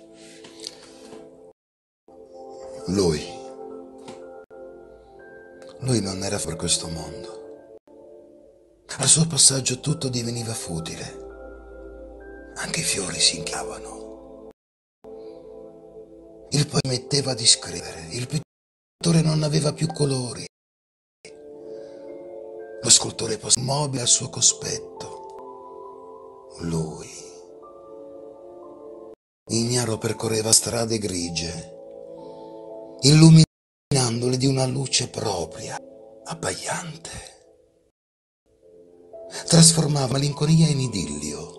Lui non era per questo mondo. Al suo passaggio tutto diveniva futile. Anche i fiori si inchinavano. Il poeta metteva di scrivere. Il pittore non aveva più colori. Lo scultore posò immobile al suo cospetto. Lui, ignaro, percorreva strade grigie, illuminandole di una luce propria, abbagliante. Trasformava malinconia in idillio.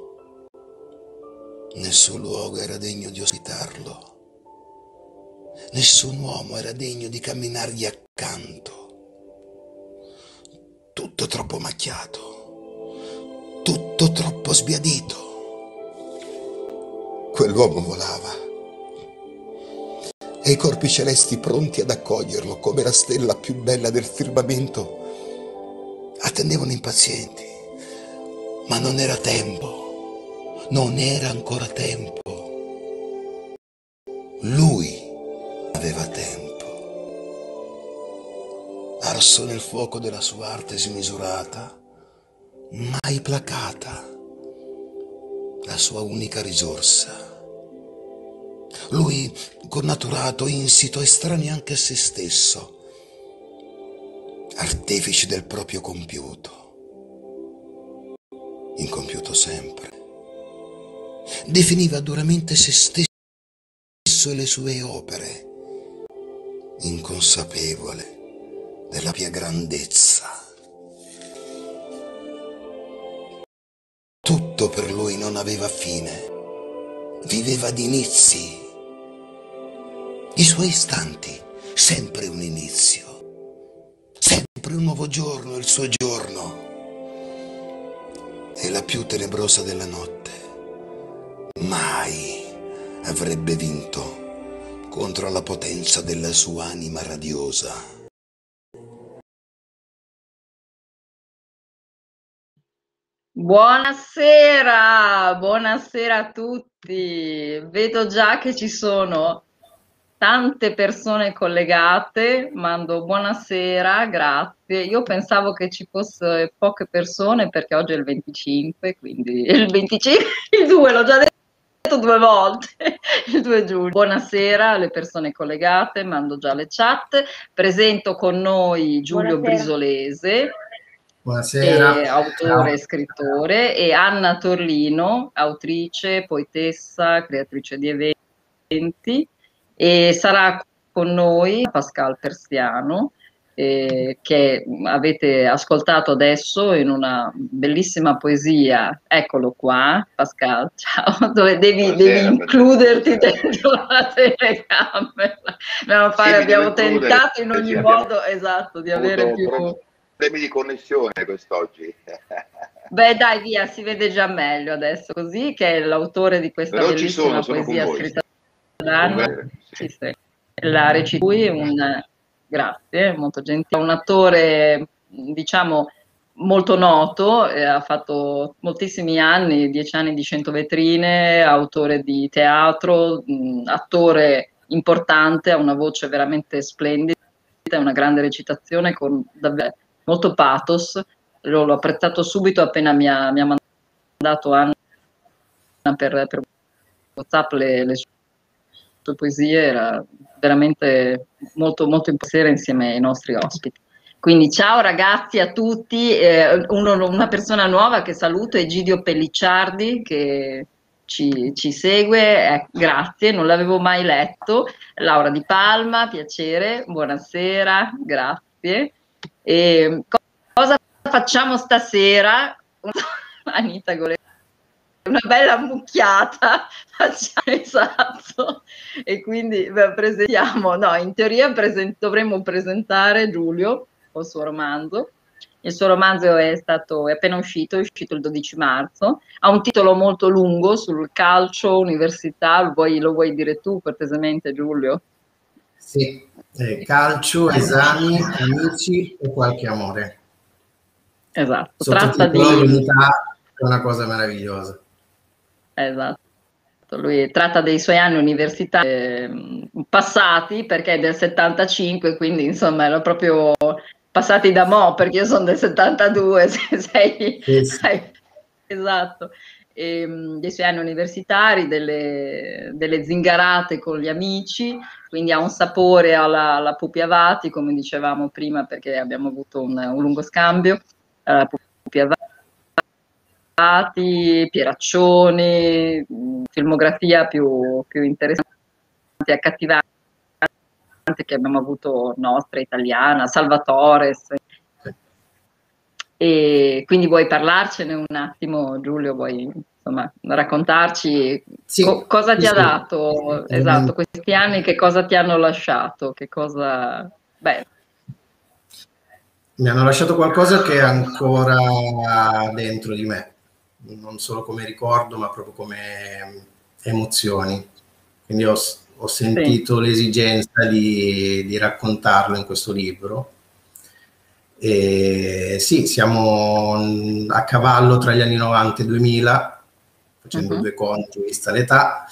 Nessun luogo era degno di ospitarlo. Nessun uomo era degno di camminargli accanto. Tutto troppo macchiato, tutto troppo sbiadito. Quell'uomo volava e i corpi celesti pronti ad accoglierlo come la stella più bella del firmamento attendevano impazienti. Ma non era tempo, non era ancora tempo. Lui aveva tempo. Arso nel fuoco della sua arte smisurata, mai placata, la sua unica risorsa. Lui, connaturato, insito, estraneo anche a se stesso, artefice del proprio compiuto, incompiuto sempre. Definiva duramente se stesso e le sue opere, inconsapevole della mia grandezza. Tutto per lui non aveva fine, viveva di inizi. I suoi istanti, sempre un inizio, sempre un nuovo giorno, il suo giorno. E la più tenebrosa della notte mai avrebbe vinto contro la potenza della sua anima radiosa. Buonasera, buonasera a tutti. Vedo già che ci sono tante persone collegate. Mando buonasera, grazie. Io pensavo che ci fossero poche persone perché oggi è il 25, quindi il 25, il 2 l'ho già detto 2 volte, il 2 giugno. Buonasera alle persone collegate, mando già le chat. Presento con noi Giulio Brisolese. Buonasera. Autore e scrittore, e Anna Torlino, autrice, poetessa, creatrice di eventi, e sarà con noi Pascal Persiano, che avete ascoltato adesso in una bellissima poesia. Eccolo qua, Pascal, ciao, dove devi includerti dentro la telecamera. Abbiamo tentato in ogni modo, esatto, di avere più... problemi di connessione quest'oggi. Beh, dai, via, si vede già meglio adesso, così, che è l'autore di questa bellissima poesia scritta da Anna. Sì. La recita, grazie, molto gentile. Un attore, diciamo, molto noto, ha fatto moltissimi anni, 10 anni di 100 vetrine, autore di teatro, attore importante, ha una voce veramente splendida, una grande recitazione con davvero molto pathos. L'ho apprezzato subito appena mi ha mandato Anna per WhatsApp le sue poesie, era veramente molto molto impressione insieme ai nostri ospiti. Quindi ciao ragazzi a tutti, una persona nuova che saluto è Egidio Pellicciardi che ci segue, grazie, non l'avevo mai letto. Laura Di Palma, piacere, buonasera, grazie. Cosa facciamo stasera? Anita Goletti, una bella mucchiata, facciamo, esatto, e quindi presentiamo, no, in teoria dovremmo presentare Giulio col suo romanzo. Il suo romanzo è appena uscito, è uscito il 12 marzo, ha un titolo molto lungo sul calcio, università, lo vuoi dire tu cortesemente, Giulio? Sì, calcio, esami, amici e qualche amore. Esatto, tratta di unità, è una cosa meravigliosa. Esatto. Lui tratta dei suoi anni universitari passati, perché è del 75, quindi insomma erano proprio passati da mo', perché io sono del 72, esatto. Dei suoi anni universitari, delle zingarate con gli amici, quindi ha un sapore alla Pupi Avati, come dicevamo prima, perché abbiamo avuto un lungo scambio. Pupi Avati, Pieraccioni, filmografia più interessante e accattivante che abbiamo avuto, nostra, italiana, Salvatore. E quindi vuoi parlarcene un attimo, Giulio? Vuoi insomma raccontarci cosa ti ha dato, esatto, questi anni, che cosa ti hanno lasciato, che cosa... Beh. Mi hanno lasciato qualcosa che è ancora dentro di me, non solo come ricordo, ma proprio come emozioni. Quindi ho sentito l'esigenza di raccontarlo in questo libro. E sì, siamo a cavallo tra gli anni 90 e 2000, facendo due conti vista l'età,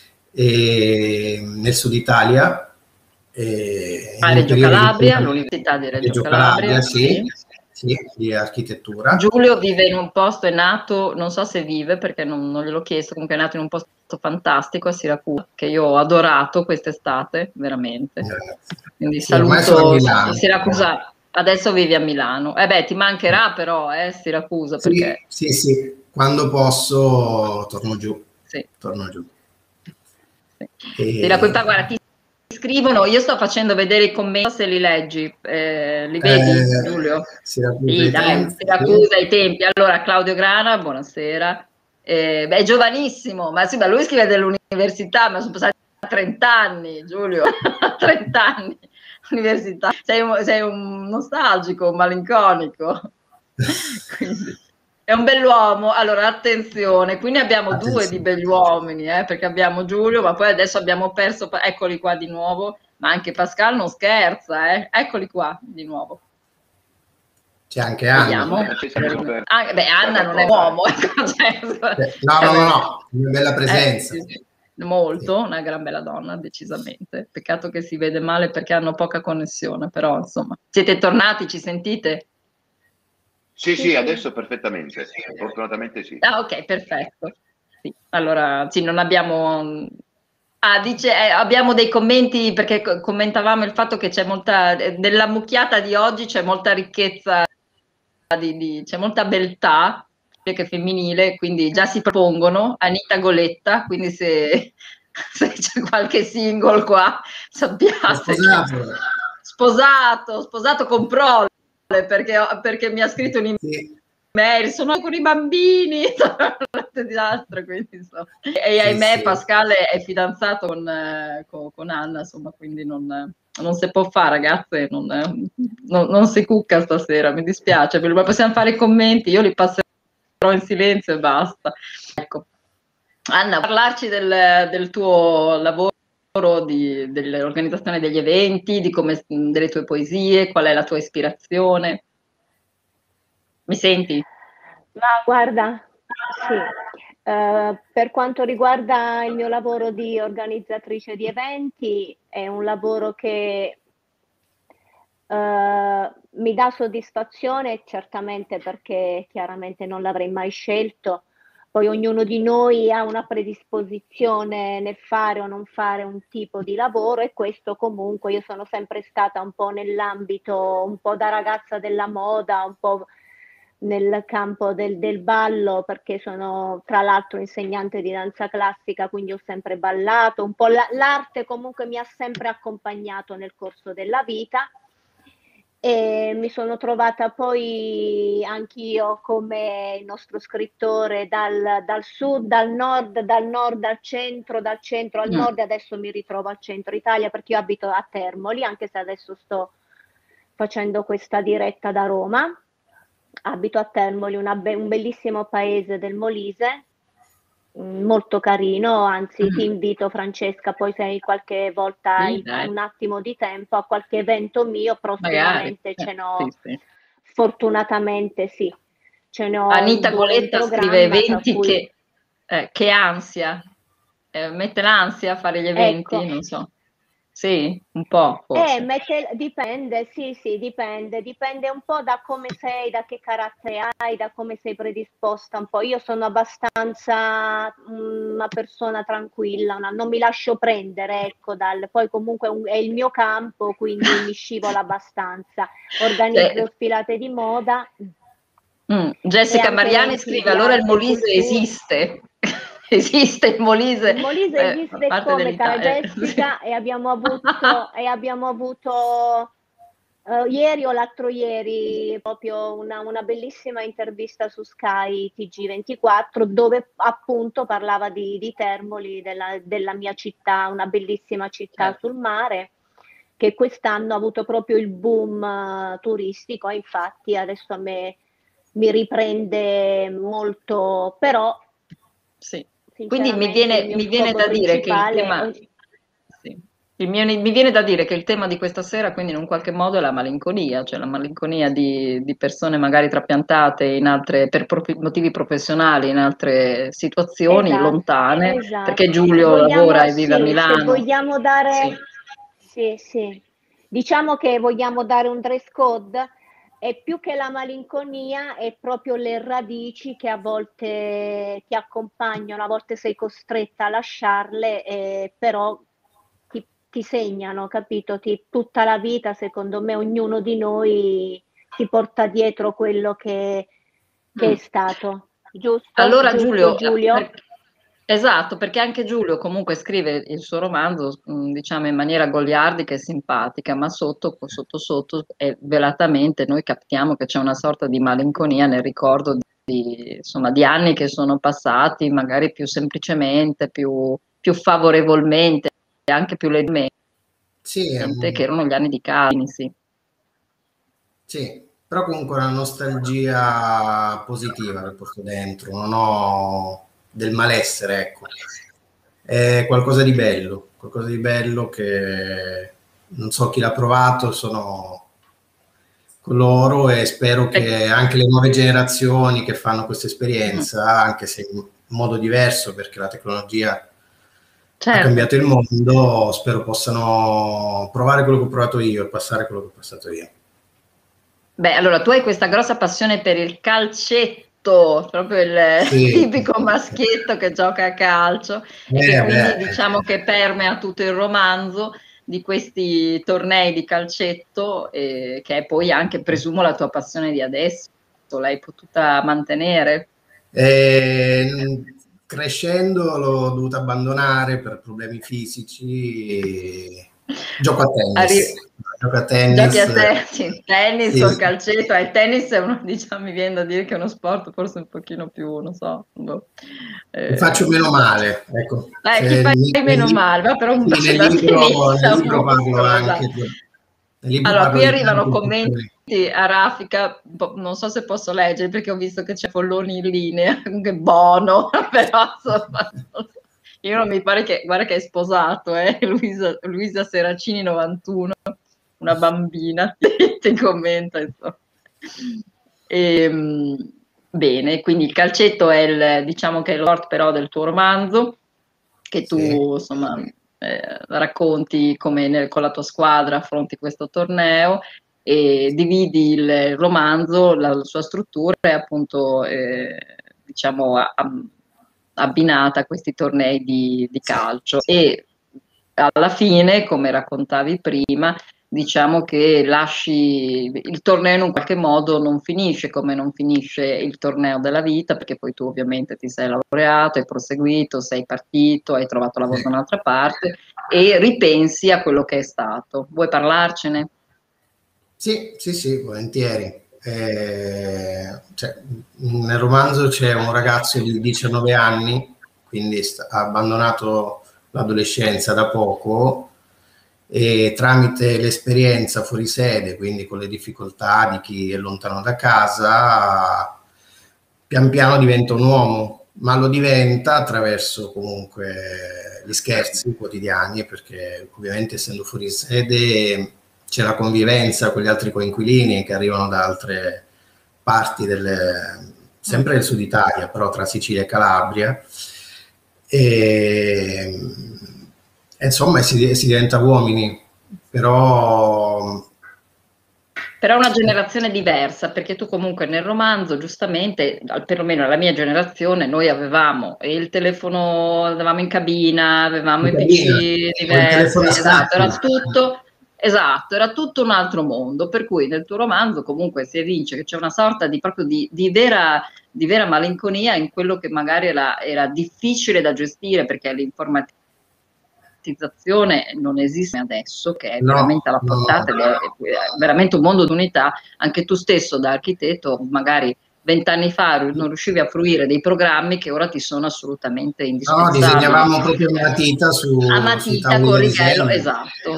nel sud Italia. A Reggio Calabria, l'Università di Reggio Calabria, sì, di architettura. Giulio vive in un posto, è nato, non so se vive perché non gliel'ho chiesto, comunque è nato in un posto fantastico a Siracusa, che io ho adorato quest'estate, veramente. Quindi saluto Siracusa. Adesso vivi a Milano. Beh, ti mancherà però, Siracusa, perché... Sì, quando posso torno giù. Sì. Torno giù. Sì. Guarda, ti scrivono, io sto facendo vedere i commenti, se li leggi, li vedi, Giulio? Siracusa, Siracusa ai tempi. Allora, Claudio Grana, buonasera. È giovanissimo, ma sì, ma lui scrive dell'università, ma sono passati 30 anni, Giulio, 30 anni. Università, sei un nostalgico, un malinconico. Quindi, è un bell'uomo. Allora, attenzione, qui ne abbiamo due di begli uomini, perché abbiamo Giulio, ma poi adesso abbiamo perso, eccoli qua di nuovo, ma anche Pascal non scherza, eccoli qua di nuovo. C'è anche Anna. Anna non è uomo. No, una bella presenza. Molto, una gran bella donna, decisamente. Peccato che si vede male perché hanno poca connessione, però insomma. Siete tornati, ci sentite? Sì, adesso perfettamente, fortunatamente sì. Ok, perfetto. Sì. Allora, sì, non abbiamo... abbiamo dei commenti, perché commentavamo il fatto che c'è molta... Nella mucchiata di oggi c'è molta ricchezza, c'è molta beltà, che femminile, quindi già si propongono. Anita Goletta, quindi se c'è qualche single qua, sappiate. Sposato con prole, perché mi ha scritto un'email, sono con i bambini, quindi, insomma. E ahimè Pascal è fidanzato con Anna, insomma, quindi non si può fare, ragazze, non si cucca stasera, mi dispiace, ma possiamo fare i commenti, io li passerò in silenzio e basta. Ecco. Anna, parlarci del tuo lavoro, dell'organizzazione degli eventi, delle tue poesie, qual è la tua ispirazione? Mi senti? Ma guarda, sì. Per quanto riguarda il mio lavoro di organizzatrice di eventi, è un lavoro che mi dà soddisfazione, certamente, perché chiaramente non l'avrei mai scelto. Poi ognuno di noi ha una predisposizione nel fare o non fare un tipo di lavoro, e questo comunque, io sono sempre stata un po' nell'ambito, un po' da ragazza della moda, un po' nel campo del ballo, perché sono tra l'altro insegnante di danza classica, quindi ho sempre ballato, un po' l'arte comunque mi ha sempre accompagnato nel corso della vita. E mi sono trovata poi anch'io come il nostro scrittore dal sud, dal nord al centro, dal centro al nord, e adesso mi ritrovo al centro Italia perché io abito a Termoli, anche se adesso sto facendo questa diretta da Roma. Abito a Termoli, un bellissimo paese del Molise, molto carino, anzi ti invito, Francesca, poi se hai qualche volta un attimo di tempo a qualche evento mio, prossimamente ce n'ho, fortunatamente sì, ce ne ho. Anita Goletta scrive eventi che ansia. Mette l'ansia a fare gli eventi? Ecco. Non so. Sì, un po' forse. Dipende, sì, dipende un po' da come sei, da che carattere hai, da come sei predisposta un po'. Io sono abbastanza una persona tranquilla, non mi lascio prendere, ecco, poi comunque è il mio campo, quindi mi scivola abbastanza. Organizzo sfilate di moda. Jessica Mariani scrive, allora il Molise esiste. Esiste il Molise. Il Molise esiste come, cara Jessica, e abbiamo avuto ieri o l'altro ieri proprio una bellissima intervista su Sky TG24 dove appunto parlava di Termoli, della mia città, una bellissima città sul mare, che quest'anno ha avuto proprio il boom turistico, e infatti adesso a me mi riprende molto, però sì. Quindi mi viene da dire che il tema, mi viene da dire che il tema di questa sera quindi in un qualche modo è la malinconia, cioè la malinconia di persone magari trapiantate per motivi professionali in altre situazioni lontane, perché Giulio lavora e vive a Milano. Se vogliamo dare, sì. Diciamo che vogliamo dare un dress code. E più che la malinconia è proprio le radici che a volte ti accompagnano, a volte sei costretta a lasciarle, però ti segnano, capito? Tutta la vita, secondo me, ognuno di noi ti porta dietro quello che è stato, giusto? Allora Giulio, Esatto, perché anche Giulio comunque scrive il suo romanzo, diciamo in maniera goliardica e simpatica, ma sotto velatamente noi captiamo che c'è una sorta di malinconia nel ricordo insomma, di anni che sono passati, magari più semplicemente, più favorevolmente, anche più leggermente, che erano gli anni di Calvini, Sì, però comunque una nostalgia positiva che porto dentro, non ho del malessere, ecco. È qualcosa di bello che non so chi l'ha provato, sono con loro, e spero che anche le nuove generazioni che fanno questa esperienza, anche se in modo diverso perché la tecnologia ha cambiato il mondo, spero possano provare quello che ho provato io e passare quello che ho passato io. Beh, allora tu hai questa grossa passione per il calcetto, proprio il tipico maschietto che gioca a calcio, e che quindi diciamo che permea tutto il romanzo di questi tornei di calcetto, che è poi anche, presumo, la tua passione di adesso. L'hai potuta mantenere? Crescendo l'ho dovuta abbandonare per problemi fisici. Gioco a tennis. Giochi a tennis o calcetto? Il tennis è diciamo, mi viene da dire che è uno sport forse un pochino più, non so. Mi faccio meno male, ecco. Ti fai meno male, va, però un nel libro parlo anche. Allora, qui arrivano commenti a raffica, non so se posso leggere perché ho visto che c'è Folloni in linea, che buono, però insomma, io non mi pare che, guarda che è sposato, Luisa Seracini 91, una bambina, ti commenta, insomma. Bene, quindi il calcetto è diciamo che è l'ort però del tuo romanzo, che tu insomma racconti come con la tua squadra affronti questo torneo e dividi il romanzo, la sua struttura è appunto diciamo abbinata a questi tornei di calcio, e alla fine, come raccontavi prima, diciamo che lasci il torneo in un qualche modo, non finisce come non finisce il torneo della vita, perché poi tu ovviamente ti sei laureato, hai proseguito, sei partito, hai trovato lavoro da un'altra parte e ripensi a quello che è stato. Vuoi parlarcene? Sì, volentieri. Nel romanzo c'è un ragazzo di 19 anni, quindi ha abbandonato l'adolescenza da poco, e tramite l'esperienza fuori sede, quindi con le difficoltà di chi è lontano da casa, pian piano diventa un uomo, ma lo diventa attraverso comunque gli scherzi quotidiani, perché ovviamente essendo fuori sede c'è la convivenza con gli altri coinquilini che arrivano da altre parti sempre del sud Italia, però tra Sicilia e Calabria. e insomma si diventa uomini, però è una generazione diversa, perché tu comunque nel romanzo, giustamente, perlomeno la mia generazione, noi avevamo il telefono, andavamo in cabina, avevamo i PC diversi, esatto, era tutto un altro mondo, per cui nel tuo romanzo comunque si evince che c'è una sorta di proprio di vera malinconia in quello che magari era difficile da gestire, perché l'informazione non esiste adesso, che è veramente alla portata, è veramente un mondo d'unità. Anche tu stesso da architetto magari 20 anni fa non riuscivi a fruire dei programmi che ora ti sono assolutamente indispensabili. No, disegnavamo proprio a matita a matita con righello, esatto.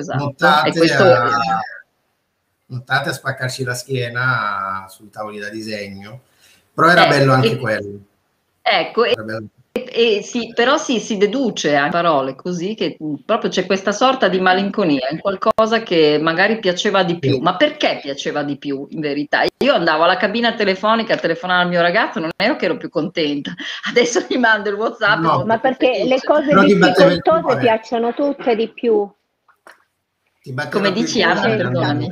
Nottate a spaccarci la schiena sui tavoli da disegno, però era bello anche quello. Ecco, sì, però si deduce a parole così che proprio c'è questa sorta di malinconia in qualcosa che magari piaceva di più. Ma perché piaceva di più in verità? Io andavo alla cabina telefonica a telefonare al mio ragazzo, non ero che ero più contenta. Adesso gli mando il WhatsApp. No, ma perché le cose difficoltose piacciono tutte di più. Come dici, Anna, perdonami.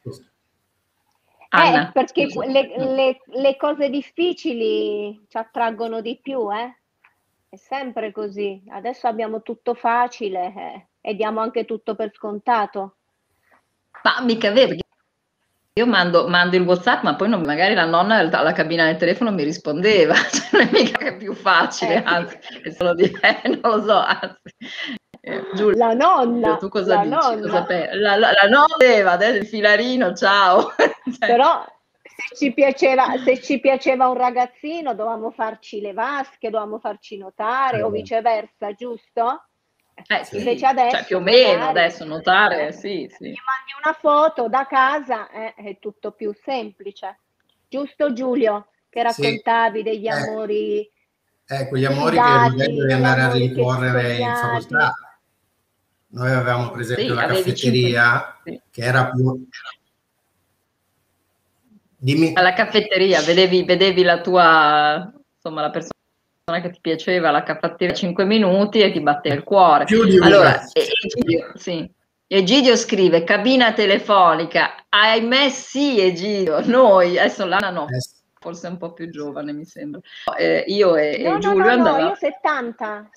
Anna, perché le cose difficili ci attraggono di più, È sempre così. Adesso abbiamo tutto facile e diamo anche tutto per scontato. Ma mica vero, io mando il WhatsApp, ma poi magari la nonna alla cabina del telefono mi rispondeva, cioè non è mica che è più facile, anzi, è solo non lo so, anzi. Giulia, la nonna, tu cosa dici? La nonna adesso il filarino, ciao. Però se ci piaceva un ragazzino dovevamo farci le vasche, dovevamo farci notare o viceversa, giusto? Sì. Invece adesso, cioè, più o meno adesso notare, sì. Gli mandi una foto da casa, è tutto più semplice. Giusto, Giulio? Che raccontavi degli amori. Quegli amori che magari devi andare a rincorrere in facoltà. Noi avevamo per esempio la caffetteria che era più... Dimmi. Alla caffetteria, vedevi la tua, insomma, la persona che ti piaceva alla caffetteria 5 minuti e ti batteva il cuore. Allora, Egidio scrive cabina telefonica, ahimè sì Egidio, noi, adesso l'Anna no, forse è un po' più giovane mi sembra, io e Giulio andavamo... io 70.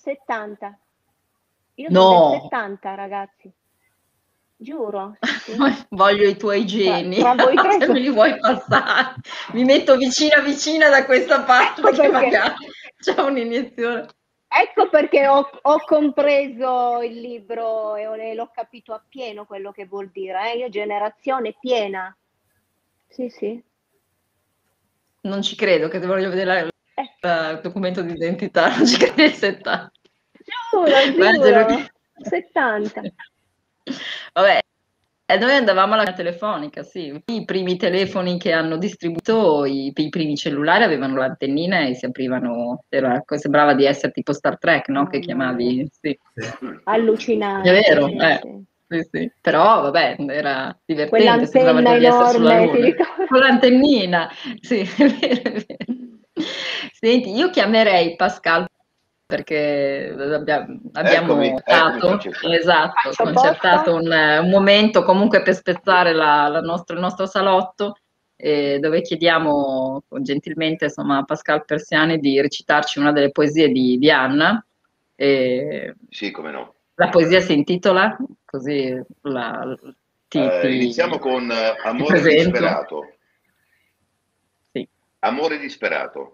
Io sono del 70 ragazzi. Giuro. Sì. Voglio i tuoi geni, se me li vuoi passare. Mi metto vicina da questa parte, ecco, perché magari c'è un'iniezione. Ecco perché ho compreso il libro e l'ho capito appieno quello che vuol dire. Io generazione piena. Sì. Non ci credo, che voglio vedere il documento di identità, non ci credo il 70. Giuro. 70. Vabbè, noi andavamo alla telefonica, sì. I primi telefoni che hanno distribuito, i primi cellulari avevano l'antennina e si aprivano, sembrava di essere tipo Star Trek, no? Che chiamavi, sì. Allucinante. È vero, sì. Però vabbè, era divertente, sembrava già di essere sulla Luna. Con l'antennina, sì, è vero. Senti, io chiamerei Pascal perché abbiamo concertato un momento comunque per spezzare il nostro salotto, dove chiediamo gentilmente insomma, a Pascal Persiani di recitarci una delle poesie di Anna. Sì, come no. La poesia si intitola così iniziamo con Amore disperato. Sì. Amore disperato.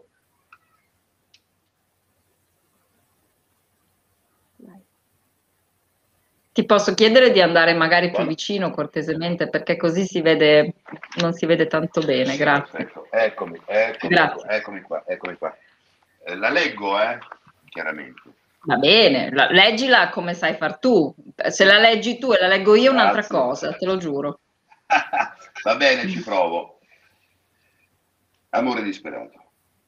Ti posso chiedere di andare magari più vicino cortesemente, perché così non si vede tanto bene, sì, grazie. Perfetto. Eccomi qua. La leggo, chiaramente. Va bene, leggila come sai far tu. Se la leggi tu e la leggo io è un'altra cosa, te lo giuro. Va bene, ci provo. Amore disperato.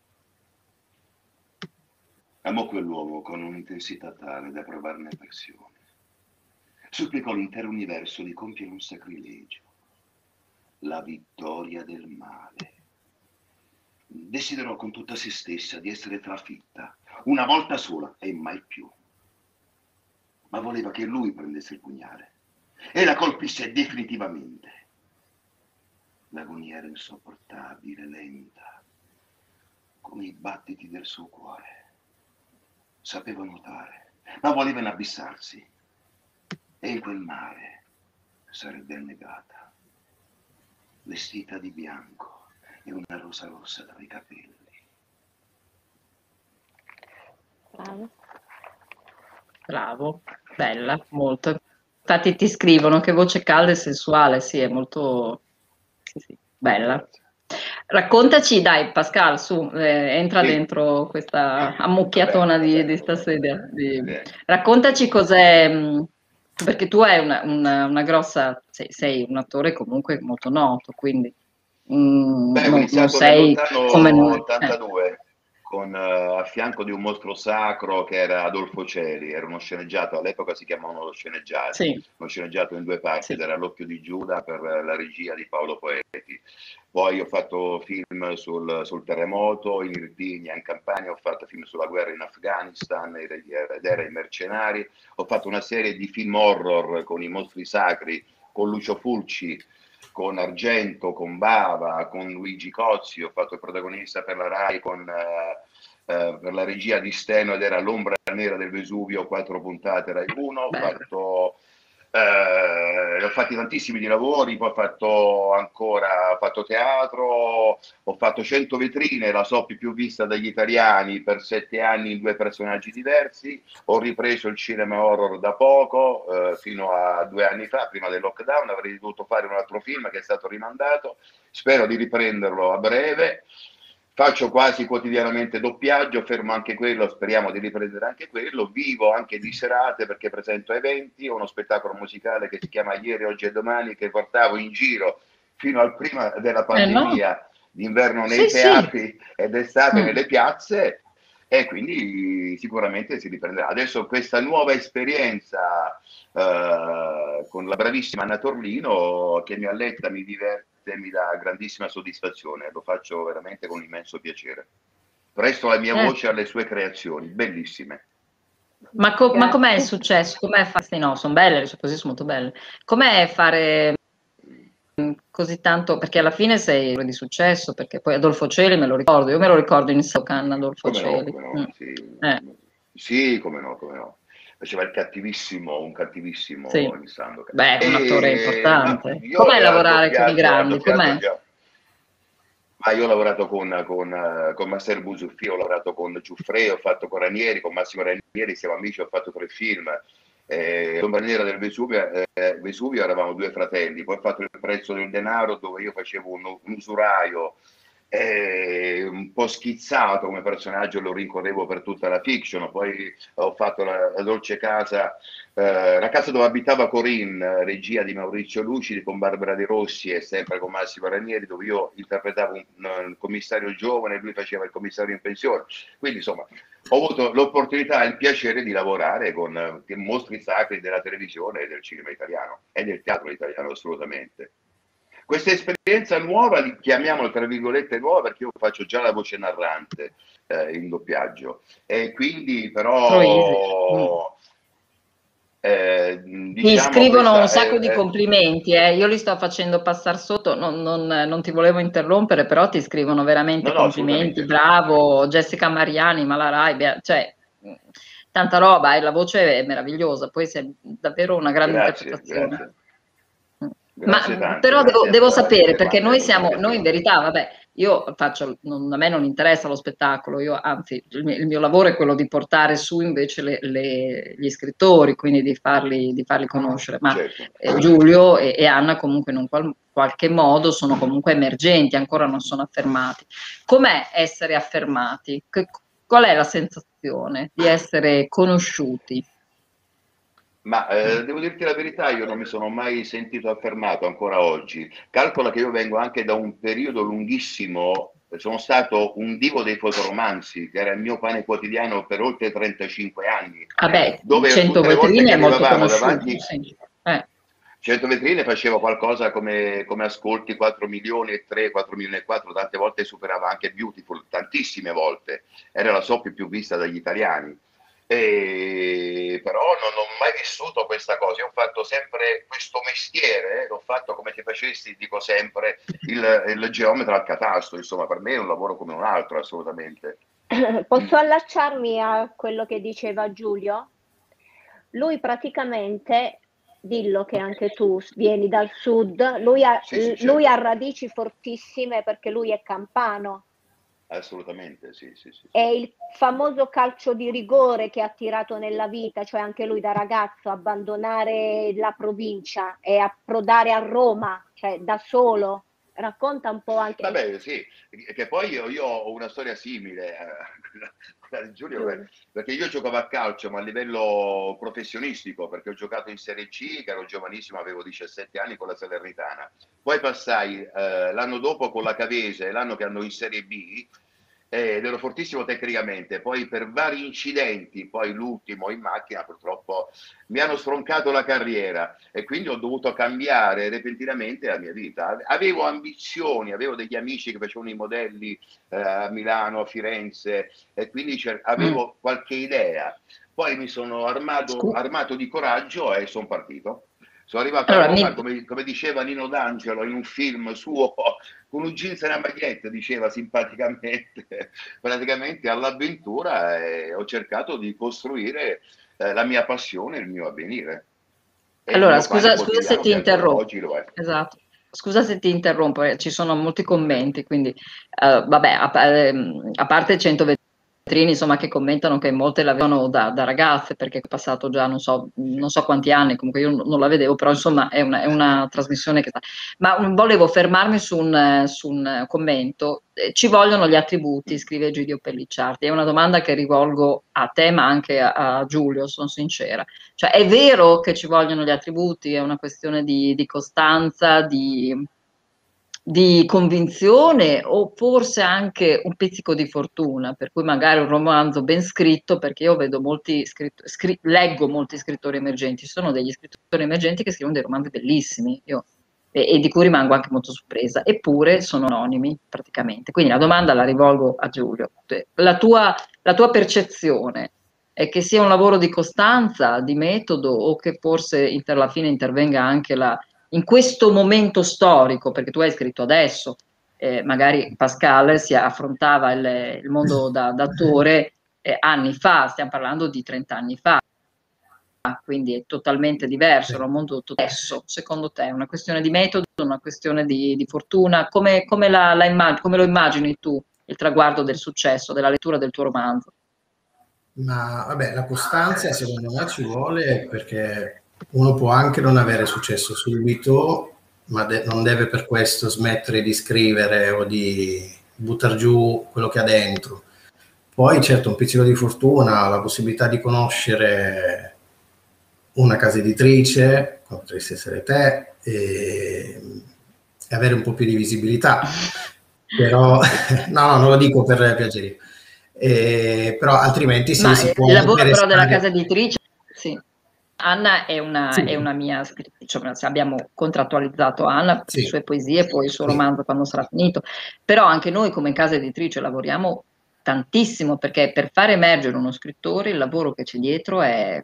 Amò quell'uomo con un'intensità tale da provarne passione. Supplicò l'intero universo di compiere un sacrilegio, la vittoria del male. Desiderò con tutta se stessa di essere trafitta, una volta sola e mai più. Ma voleva che lui prendesse il pugnale e la colpisse definitivamente. L'agonia era insopportabile, lenta, come i battiti del suo cuore. Sapeva nuotare, ma voleva inabissarsi. E in quel mare sarebbe annegata, vestita di bianco e una rosa rossa dai capelli. Bravo. Bravo, bella, molto. Infatti ti scrivono che voce calda e sensuale, sì, è molto sì, bella. Raccontaci, dai, Pascal, su, entra dentro questa ammucchiatona di stasera. Raccontaci cos'è, perché tu hai una grossa, sei un attore comunque molto noto, quindi Beh, ho non iniziato sei come noi. nell'82 con a fianco di un mostro sacro che era Adolfo Celi, era uno sceneggiato, all'epoca si chiamavano sceneggiati, Sì, uno sceneggiato in due parti, sì. ed era L'occhio di Giuda per la regia di Paolo Poeti. Poi ho fatto film sul terremoto in Irpinia, in Campania, ho fatto film sulla guerra in Afghanistan ed era I Mercenari, ho fatto una serie di film horror con i mostri sacri, con Lucio Fulci, con Argento, con Bava, con Luigi Cozzi, ho fatto il protagonista per la Rai per la regia di Steno ed era L'ombra nera del Vesuvio, 4 puntate Rai 1, ho fatti tantissimi di lavori, poi ho fatto teatro, ho fatto 100 vetrine, la soap più vista dagli italiani per 7 anni in 2 personaggi diversi, ho ripreso il cinema horror da poco, fino a 2 anni fa, prima del lockdown, avrei dovuto fare un altro film che è stato rimandato, spero di riprenderlo a breve. Faccio quasi quotidianamente doppiaggio, fermo anche quello, speriamo di riprendere anche quello, vivo anche di serate perché presento eventi, ho uno spettacolo musicale che si chiama Ieri, Oggi e Domani che portavo in giro fino al prima della pandemia, d'inverno nei teatri ed estate nelle piazze, e quindi sicuramente si riprenderà. Adesso questa nuova esperienza con la bravissima Anna Torlino che mi alletta, mi diverte, mi dà grandissima soddisfazione, lo faccio veramente con immenso piacere. Presto la mia voce alle sue creazioni, bellissime. Ma com'è il successo? Com'è fare? No, sono belle, le sue cose sono molto belle. Com'è fare così tanto? Perché alla fine sei di successo, perché poi Adolfo Celi me lo ricordo, io me lo ricordo in Saucan, Adolfo Celi. Sì, come no. Faceva il cattivissimo, un cattivissimo in Sandokan. Beh, un attore importante. Com'è lavorare con i grandi? Com'è? Ma io ho lavorato con Marcel Busuffi, ho lavorato con Giuffre, ho fatto con Ranieri, con Massimo Ranieri, siamo amici, ho fatto 3 film. L'ombra nera del Vesuvio eravamo 2 fratelli, poi ho fatto Il prezzo del denaro dove io facevo un usuraio, un po' schizzato come personaggio, lo rincorrevo per tutta la fiction. Poi ho fatto la dolce casa, la casa dove abitava Corinne, regia di Maurizio Lucidi con Barbara De Rossi e sempre con Massimo Ranieri, dove io interpretavo un commissario giovane e lui faceva il commissario in pensione. Quindi insomma ho avuto l'opportunità e il piacere di lavorare con mostri sacri della televisione e del cinema italiano e del teatro italiano, assolutamente. Questa esperienza nuova, chiamiamola tra virgolette nuova, perché io faccio già la voce narrante in doppiaggio, e quindi però mi scrivono un sacco di complimenti, io li sto facendo passare sotto, non ti volevo interrompere, però ti scrivono veramente complimenti, bravo Jessica Mariani, ma la Rai, cioè tanta roba, la voce è meravigliosa, poi sei davvero una grande interpretazione. Grazie. Però devo sapere, perché noi in verità, vabbè, io faccio, a me non interessa lo spettacolo, anzi il mio lavoro è quello di portare su invece gli scrittori, quindi di farli conoscere, ma Giulio e Anna comunque in un qualche modo sono comunque emergenti, ancora non sono affermati. Com'è essere affermati? Qual è la sensazione di essere conosciuti? Ma devo dirti la verità, io non mi sono mai sentito affermato ancora oggi. Calcola che io vengo anche da un periodo lunghissimo, sono stato un divo dei fotoromanzi, che era il mio pane quotidiano per oltre 35 anni. Vabbè, dove 100 tutte le volte che è molto arrivavamo conosciuto, davanti... 100 vetrine faceva qualcosa come ascolti 4 milioni e 3, 4 milioni e 4, tante volte superava anche Beautiful, tantissime volte, era la soap più vista dagli italiani. Però non ho mai vissuto questa cosa, io ho fatto sempre questo mestiere, l'ho fatto come se facessi, dico sempre, il geometra al catasto, insomma per me è un lavoro come un altro, assolutamente. Posso allacciarmi a quello che diceva Giulio? Lui praticamente, dillo che anche tu vieni dal sud, lui ha, certo. Lui ha radici fortissime perché lui è campano. Assolutamente, sì. È il famoso calcio di rigore che ha tirato nella vita, cioè anche lui da ragazzo abbandonare la provincia e approdare a Roma, cioè da solo. Racconta un po' anche... Vabbè, sì, che poi io ho una storia simile a quella di Giulio, perché io giocavo a calcio, ma a livello professionistico, perché ho giocato in Serie C, che ero giovanissimo, avevo 17 anni con la Salernitana. Poi passai l'anno dopo con la Cavese, l'anno che andò in Serie B, ed ero fortissimo tecnicamente. Poi per vari incidenti, poi l'ultimo in macchina purtroppo, mi hanno stroncato la carriera e quindi ho dovuto cambiare repentinamente la mia vita. Avevo ambizioni, avevo degli amici che facevano i modelli a Milano, a Firenze, e quindi avevo qualche idea. Poi mi sono armato di coraggio e sono partito. Sono arrivato a Roma, come diceva Nino D'Angelo in un film suo, con un jeans e una maglietta, diceva simpaticamente, praticamente all'avventura, e ho cercato di costruire la mia passione, il mio avvenire. Allora, scusa se ti interrompo. Esatto. Scusa se ti interrompo, ci sono molti commenti, quindi vabbè, a parte 100 vetrine, insomma, che commentano che molte la vedono da ragazze, perché è passato già non so quanti anni, comunque io non la vedevo, però insomma è una trasmissione che... Ma volevo fermarmi su un commento. Ci vogliono gli attributi, scrive Gidio Pellicciardi, è una domanda che rivolgo a te ma anche a Giulio, sono sincera. Cioè è vero che ci vogliono gli attributi, è una questione di costanza, di convinzione o forse anche un pizzico di fortuna, per cui magari un romanzo ben scritto, perché io vedo leggo molti scrittori emergenti, ci sono degli scrittori emergenti che scrivono dei romanzi bellissimi, e di cui rimango anche molto sorpresa, eppure sono anonimi praticamente. Quindi la domanda la rivolgo a Giulio. La tua percezione è che sia un lavoro di costanza, di metodo, o che forse alla fine intervenga anche in questo momento storico, perché tu hai scritto adesso, magari Pascal si affrontava il mondo da attore anni fa, stiamo parlando di 30 anni fa, quindi è totalmente diverso, era un mondo adesso. Secondo te è una questione di metodo, una questione di fortuna? Come lo immagini tu il traguardo del successo, della lettura del tuo romanzo? Ma vabbè, la costanza secondo me ci vuole, perché uno può anche non avere successo subito, ma non deve per questo smettere di scrivere o di buttare giù quello che ha dentro. Poi certo un pizzico di fortuna, la possibilità di conoscere una casa editrice, come potresti essere te, e avere un po' più di visibilità. Però no, non lo dico per piacere. Però altrimenti sì, si può. Il lavoro però della casa editrice, sì. Anna è una mia scrittrice, abbiamo contrattualizzato Anna per le sue poesie, poi il suo romanzo quando sarà finito, però anche noi come casa editrice lavoriamo tantissimo, perché per fare emergere uno scrittore il lavoro che c'è dietro è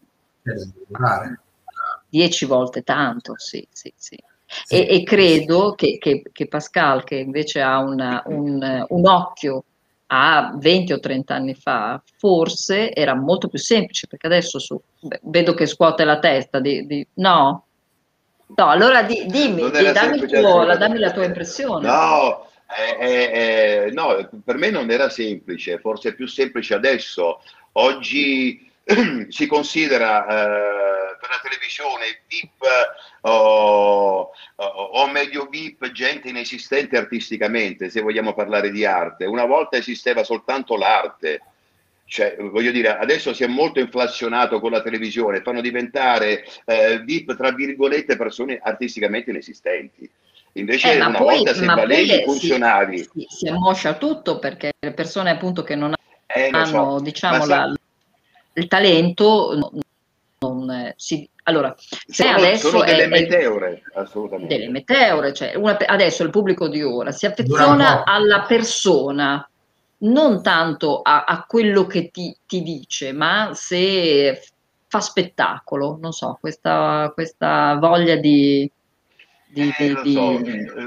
10 volte tanto, sì. E credo che Pascal, che invece ha un occhio a 20 o 30 anni fa, forse era molto più semplice, perché adesso vedo che scuote la testa, no? No, allora dimmi la tua impressione. No, per me non era semplice, forse è più semplice adesso. Oggi si considera per la televisione VIP o medio VIP gente inesistente artisticamente, se vogliamo parlare di arte. Una volta esisteva soltanto l'arte, cioè, voglio dire, adesso si è molto inflazionato con la televisione, fanno diventare VIP tra virgolette persone artisticamente inesistenti. Invece una volta se valevi funzionavi. Si ammoscia tutto, perché le persone appunto che non hanno, diciamo, il talento Allora, se adesso sono delle meteore, assolutamente. Delle meteore, cioè adesso il pubblico di ora si affeziona alla persona, non tanto a quello che ti dice, ma se fa spettacolo, non so, questa voglia di lo so.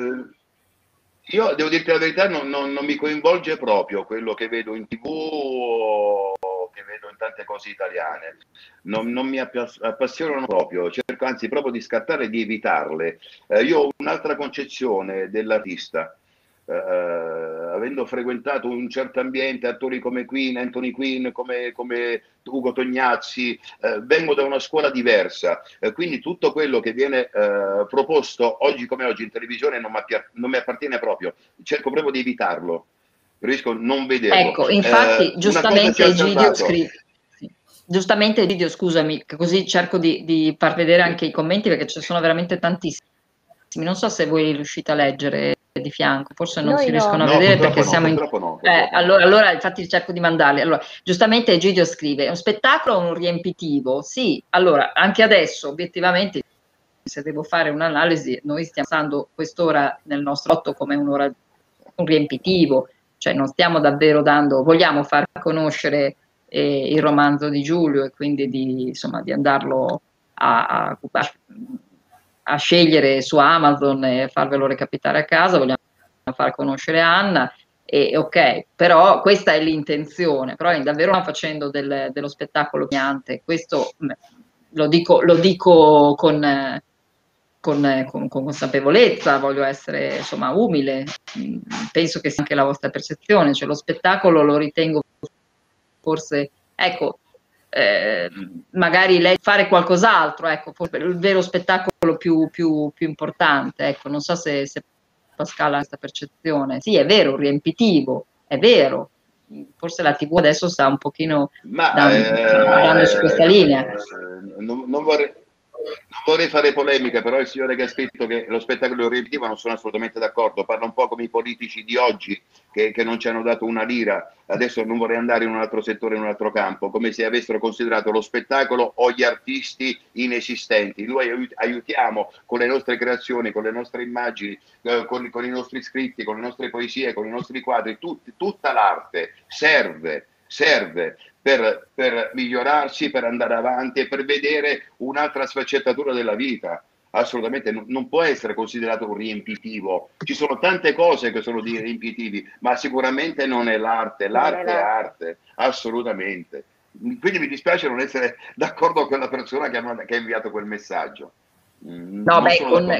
Io devo dirti la verità, non mi coinvolge proprio quello che vedo in TV o che vedo in tante cose italiane. Non mi appassionano proprio, cerco anzi proprio di scattare e di evitarle. Io ho un'altra concezione dell'artista. Avendo frequentato un certo ambiente, attori come Anthony Quinn, come Ugo Tognazzi, vengo da una scuola diversa, quindi tutto quello che viene proposto oggi come oggi in televisione non mi appartiene proprio, cerco proprio di evitarlo, preferisco non vederlo. Ecco, infatti giustamente Egidio scrive, giustamente Egidio, scusami, così cerco di far vedere anche i commenti perché ci sono veramente tantissimi, non so se voi li riuscite a leggere di fianco, forse non si riescono a vedere perché siamo in... Allora infatti cerco di mandarli. Allora, giustamente Egidio scrive, è un spettacolo o un riempitivo? Sì, allora, anche adesso obiettivamente, se devo fare un'analisi, noi stiamo passando quest'ora nel nostro otto come un riempitivo, cioè non stiamo davvero vogliamo far conoscere il romanzo di Giulio e quindi insomma, di andarlo a scegliere su Amazon e farvelo recapitare a casa, vogliamo far conoscere Anna, e ok, però questa è l'intenzione, però davvero stiamo facendo dello spettacolo piante, questo lo dico con consapevolezza, voglio essere insomma umile, penso che sia anche la vostra percezione, cioè lo spettacolo lo ritengo forse, ecco, magari lei fare qualcos'altro, ecco, il vero spettacolo più importante, ecco, non so se Pascal ha questa percezione. Sì, è vero, riempitivo, è vero, forse la TV adesso sta un pochino andando su questa linea. Non vorrei fare polemica, però il signore che ha scritto che lo spettacolo riempitivo non sono assolutamente d'accordo, parla un po' come i politici di oggi che non ci hanno dato una lira, adesso non vorrei andare in un altro settore, in un altro campo, come se avessero considerato lo spettacolo o gli artisti inesistenti. Noi aiutiamo con le nostre creazioni, con le nostre immagini, con i nostri scritti, con le nostre poesie, con i nostri quadri, tutta l'arte serve per migliorarsi, per andare avanti e per vedere un'altra sfaccettatura della vita. Assolutamente non può essere considerato un riempitivo. Ci sono tante cose che sono di riempitivi, ma sicuramente non è l'arte. L'arte è arte, assolutamente. Quindi mi dispiace non essere d'accordo con la persona che ha inviato quel messaggio. No, beh,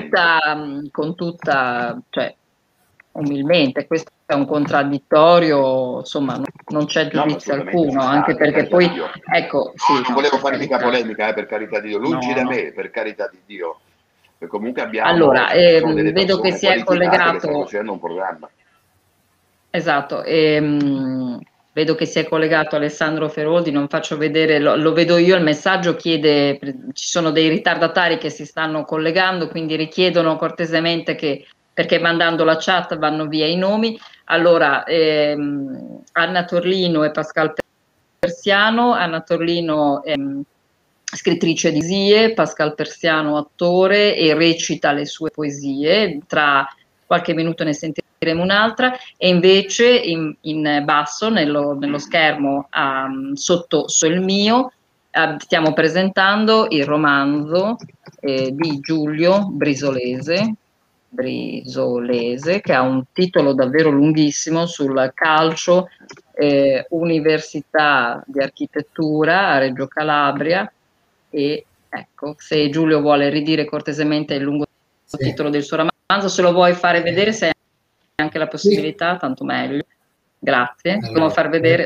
con tutta, cioè, umilmente, questo è un contraddittorio, insomma, non c'è giudizio alcuno, anche perché poi, ecco, sì, non volevo fare mica polemica, per carità di Dio, lungi da me, per carità di Dio. E comunque abbiamo, allora, vedo che si è collegato, che stanno costruendo un programma. Esatto, vedo che si è collegato Alessandro Feroldi, non faccio vedere, lo vedo io, il messaggio chiede, ci sono dei ritardatari che si stanno collegando, quindi richiedono cortesemente perché mandando la chat vanno via i nomi. Allora, Anna Torlino e Pascal Persiano, Anna Torlino scrittrice di poesie, Pascal Persiano attore e recita le sue poesie, tra qualche minuto ne sentiremo un'altra, e invece in basso nello schermo sotto il mio stiamo presentando il romanzo di Giulio Brisolese, che ha un titolo davvero lunghissimo sul calcio, Università di Architettura a Reggio Calabria, e ecco, se Giulio vuole ridire cortesemente il lungo titolo del suo romanzo, se lo vuoi fare vedere, se hai anche la possibilità, tanto meglio. Grazie. Allora, far vedere.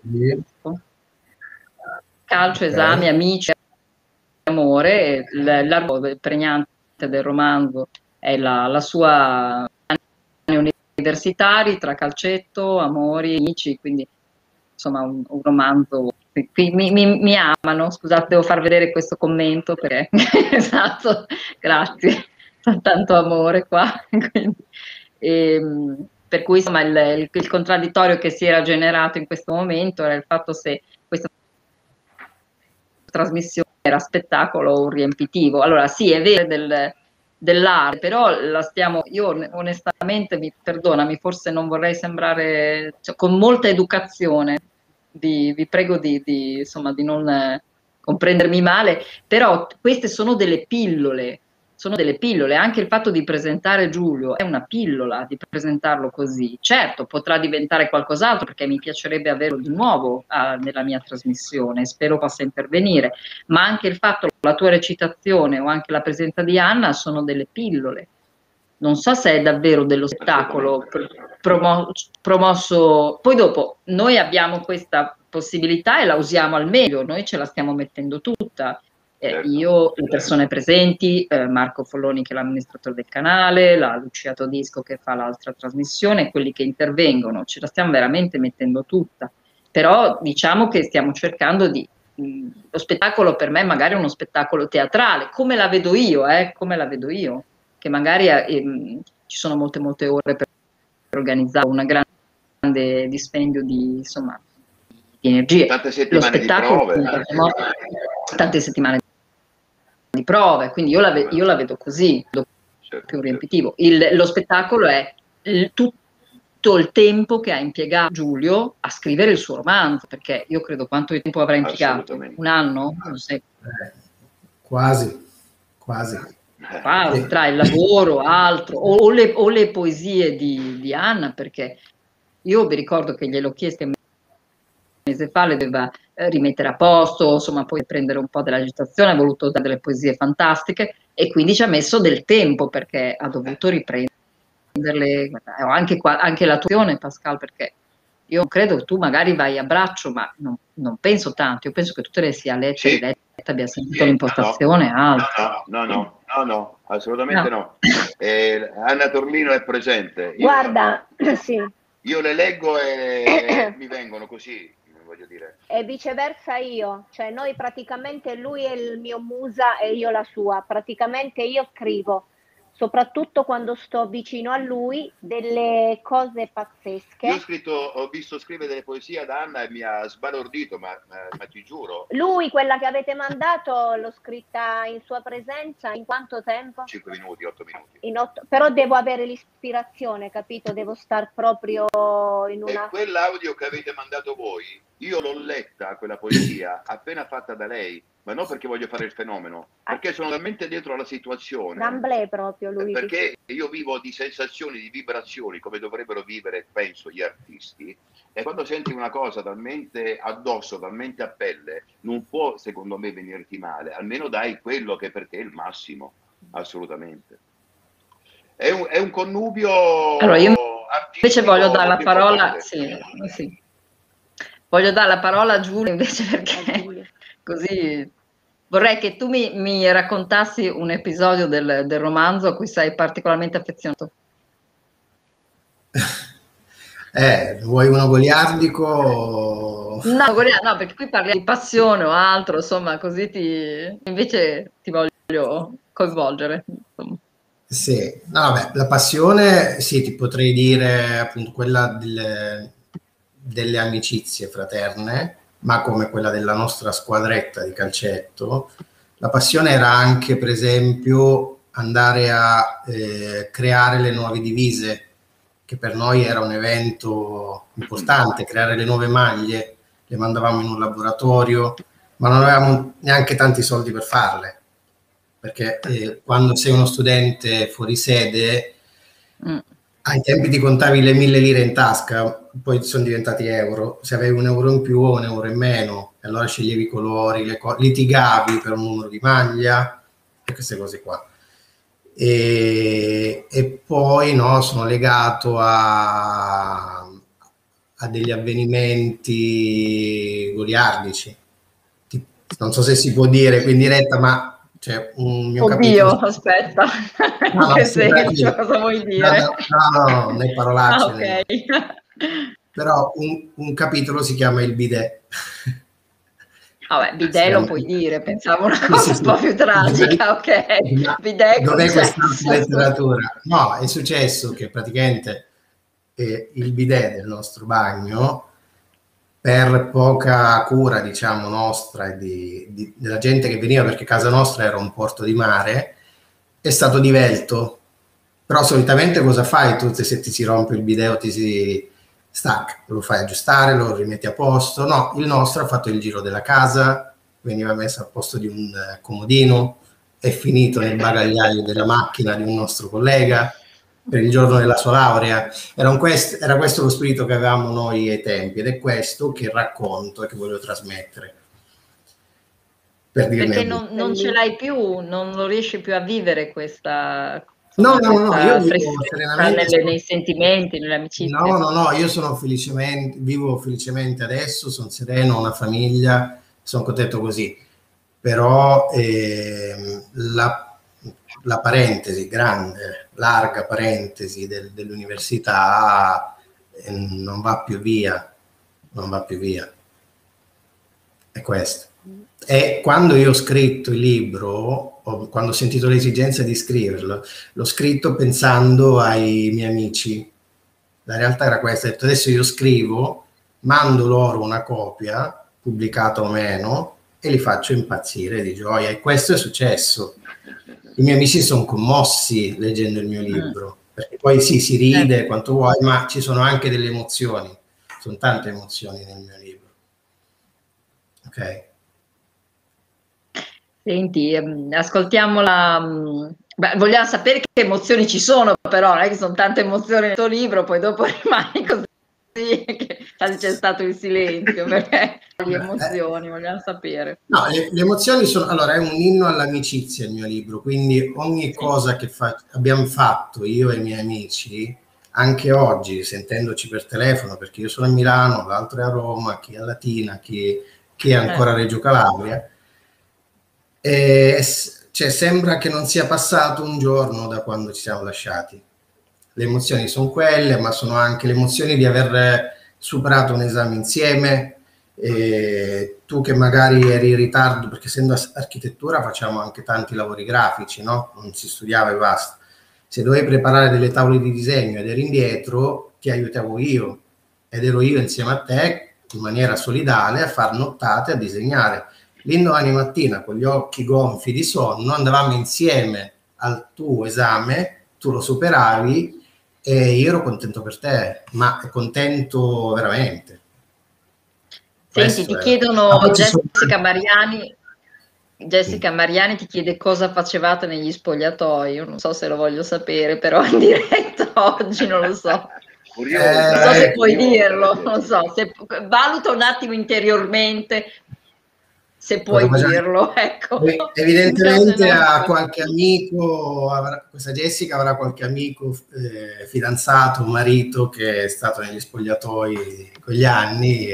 Calcio, esami, amici, amore. L'argomento pregnante del romanzo è la sua anni universitari tra calcetto, amori, amici, quindi insomma un romanzo. Qui mi amano, scusate, devo far vedere questo commento perché esatto, grazie, tanto amore qua. Per cui insomma il contraddittorio che si era generato in questo momento era il fatto se questa trasmissione era spettacolo o riempitivo. Allora sì, è vero dell'arte, però io onestamente, perdonami, forse non vorrei sembrare, cioè, con molta educazione, vi prego insomma, di non comprendermi male, però queste sono delle pillole. Anche il fatto di presentare Giulio è una pillola, di presentarlo così. Certo, potrà diventare qualcos'altro, perché mi piacerebbe averlo di nuovo nella mia trasmissione, spero possa intervenire, ma anche il fatto, la tua recitazione o anche la presenza di Anna sono delle pillole. Non so se è davvero dello spettacolo promosso. Poi dopo noi abbiamo questa possibilità e la usiamo al meglio, noi ce la stiamo mettendo tutta. Io, le persone presenti, Marco Folloni che è l'amministratore del canale, la Lucia Todisco che fa l'altra trasmissione, quelli che intervengono, ce la stiamo veramente mettendo tutta. Però diciamo che stiamo cercando lo spettacolo per me magari è uno spettacolo teatrale, come la vedo io, che magari ci sono molte ore per organizzare una grande dispendio di energie. Tante settimane di prove. Tante settimane di prove, quindi io la vedo così, più riempitivo. Lo spettacolo è tutto il tempo che ha impiegato Giulio a scrivere il suo romanzo, perché io credo, quanto tempo avrà impiegato? Un anno? Non so. Quasi. Tra il lavoro, altro, o le poesie di Anna, perché io vi ricordo che gliel'ho chiesto un mese fa, le doveva rimettere a posto, insomma, poi prendere un po' dell'agitazione, ha voluto dare delle poesie fantastiche e quindi ci ha messo del tempo perché ha dovuto riprenderle, anche l'attuazione, Pascal, perché io credo che tu magari vai a braccio, ma non penso tanto, io penso che tu te le sia lette, abbia sentito l'impostazione, altro. No, assolutamente no. Anna Torlino è presente. Guarda, sì. Io le leggo e mi vengono così, voglio dire. E viceversa io, cioè noi praticamente, lui è il mio musa e io la sua, praticamente io scrivo, soprattutto quando sto vicino a lui, delle cose pazzesche. Io ho visto scrivere delle poesie ad Anna e mi ha sbalordito, ma ti giuro. Lui, quella che avete mandato, l'ho scritta in sua presenza, in quanto tempo? 5 minuti, 8 minuti. Però devo avere l'ispirazione, capito? Devo star proprio in una... E quell'audio che avete mandato voi, io l'ho letta, quella poesia, appena fatta da lei, ma non perché voglio fare il fenomeno, perché sono talmente dietro alla situazione. D'amblè proprio lui. Perché io vivo di sensazioni, di vibrazioni, come dovrebbero vivere, penso, gli artisti. E quando senti una cosa talmente addosso, talmente a pelle, non può, secondo me, venirti male. Almeno dai quello che per te è il massimo, assolutamente. È un connubio. Allora, io invece voglio dare la parola. Sì. Voglio dare la parola a Giulio invece, perché così vorrei che tu mi raccontassi un episodio del romanzo a cui sei particolarmente affezionato. Vuoi uno goliardico? No, perché qui parliamo di passione o altro, insomma, così invece ti voglio coinvolgere. Insomma. Sì, no, vabbè, la passione, sì, ti potrei dire appunto quella delle amicizie fraterne, ma come quella della nostra squadretta di calcetto. La passione era anche, per esempio, andare a creare le nuove divise, che per noi era un evento importante, creare le nuove maglie, le mandavamo in un laboratorio, ma non avevamo neanche tanti soldi per farle, perché quando sei uno studente fuori sede, ai tempi ti contavi le 1.000 lire in tasca, poi sono diventati euro, se avevi €1 in più o €1 in meno, e allora sceglievi i colori, litigavi per un numero di maglia e queste cose qua. E poi sono legato a degli avvenimenti goliardici. Non so se si può dire qui in diretta, ma c'è un mio capitolo. Aspetta, che senso, cosa vuoi dire? No, né parolacce. Okay. Però un capitolo si chiama il bidet. Vabbè, bidet lo puoi dire, pensavo una cosa un po' più tragica, ok. Bidet, dov'è questa letteratura? No, è successo che praticamente il bidet del nostro bagno per poca cura, diciamo, nostra e della gente che veniva, perché casa nostra era un porto di mare, è stato divelto. Però solitamente cosa fai tu se ti si rompe il bideo, ti si stacca? Lo fai aggiustare, lo rimetti a posto? No, il nostro ha fatto il giro della casa, veniva messo a posto di un comodino, è finito nel bagagliaio della macchina di un nostro collega per il giorno della sua laurea. Era questo lo spirito che avevamo noi ai tempi, ed è questo che racconto e che voglio trasmettere. Perché non ce l'hai più, non lo riesci più a vivere questa... No, io vivo serenamente nei sentimenti, nelle amicizie. No, io vivo felicemente adesso, sono sereno, ho una famiglia, sono contento così. Però la parentesi, larga parentesi dell'università non va più via. È questo. E quando io ho scritto il libro, quando ho sentito l'esigenza di scriverlo, l'ho scritto pensando ai miei amici. La realtà era questa: ho detto, adesso io scrivo, mando loro una copia, pubblicata o meno, e li faccio impazzire di gioia. E questo è successo. I miei amici sono commossi leggendo il mio libro, perché poi sì, si ride quanto vuoi, ma ci sono anche delle emozioni, sono tante emozioni nel mio libro. Ok? Senti, ascoltiamola. Vogliamo sapere che emozioni ci sono, però non è che sono tante emozioni nel tuo libro, poi dopo rimani così che c'è stato il silenzio, perché le emozioni vogliamo sapere. No, le emozioni sono, allora, è un inno all'amicizia il mio libro, quindi ogni cosa che abbiamo fatto io e i miei amici, anche oggi sentendoci per telefono, perché io sono a Milano, l'altro è a Roma, chi è a Latina, chi è ancora a Reggio Calabria, cioè sembra che non sia passato un giorno da quando ci siamo lasciati. Le emozioni sono quelle, ma sono anche le emozioni di aver superato un esame insieme, tu che magari eri in ritardo, perché essendo architettura facciamo anche tanti lavori grafici, no? Non si studiava e basta. Se dovevi preparare delle tavole di disegno ed eri indietro, ti aiutavo io, ed ero io insieme a te in maniera solidale a far nottate, a disegnare. L'indomani mattina con gli occhi gonfi di sonno andavamo insieme al tuo esame, tu lo superavi e io ero contento per te, ma contento veramente. Senti, ti chiedono Jessica Mariani ti chiede cosa facevate negli spogliatoi. Io non so se lo voglio sapere, però in diretta oggi non lo so. Non so se puoi dirlo, non so, se valuta un attimo interiormente se puoi dirlo, ecco. Evidentemente a qualche amico, questa Jessica avrà qualche amico fidanzato, marito che è stato negli spogliatoi con gli anni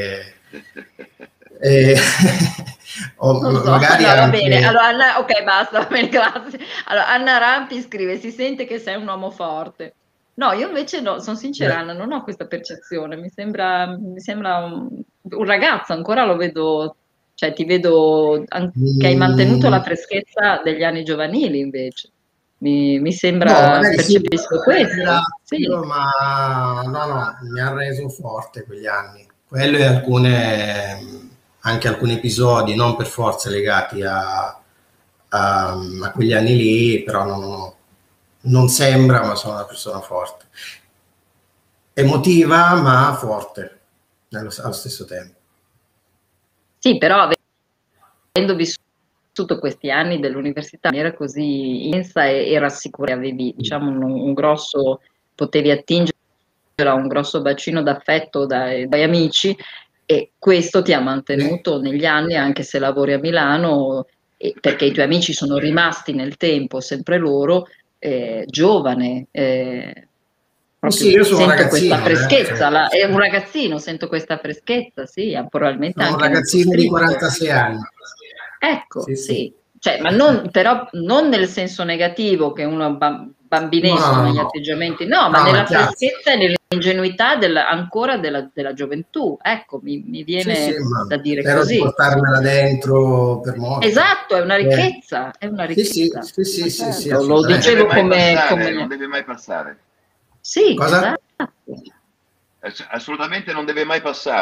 non so, magari no, va anche... bene. Allora, Anna, ok, basta, va bene, grazie. Allora, Anna Rampi scrive: si sente che sei un uomo forte. No, io invece no, sono sincera, Anna, non ho questa percezione. Mi sembra un ragazzo, ancora lo vedo, cioè ti vedo che hai mantenuto la freschezza degli anni giovanili, invece. Mi sembra, percepisco questo. Sì. Ma no, mi ha reso forte quegli anni. Quello e anche alcuni episodi, non per forza legati a quegli anni lì, però non sembra, ma sono una persona forte. Emotiva, ma forte allo stesso tempo. Sì, però avendo vissuto questi anni dell'università in maniera così intensa e rassicurante, avevi, diciamo, un grosso, potevi attingere a un grosso bacino d'affetto dai amici, e questo ti ha mantenuto negli anni, anche se lavori a Milano, perché i tuoi amici sono rimasti nel tempo, sempre loro, giovane. Sì, io sono un ragazzino. Questa freschezza, è un ragazzino, sento questa freschezza, sì, probabilmente sono anche un ragazzino di 46 anni. Ecco, sì. Cioè, ma però non nel senso negativo, che uno bambinesco negli atteggiamenti, ma nella freschezza e nell'ingenuità ancora della gioventù. Ecco, mi viene da dire così. Spero di portarmela dentro per molto. Esatto, è una ricchezza, è una ricchezza. Sì, lo dicevo come... Non deve mai passare. Sì, cosa? Esatto. Assolutamente non deve mai passare.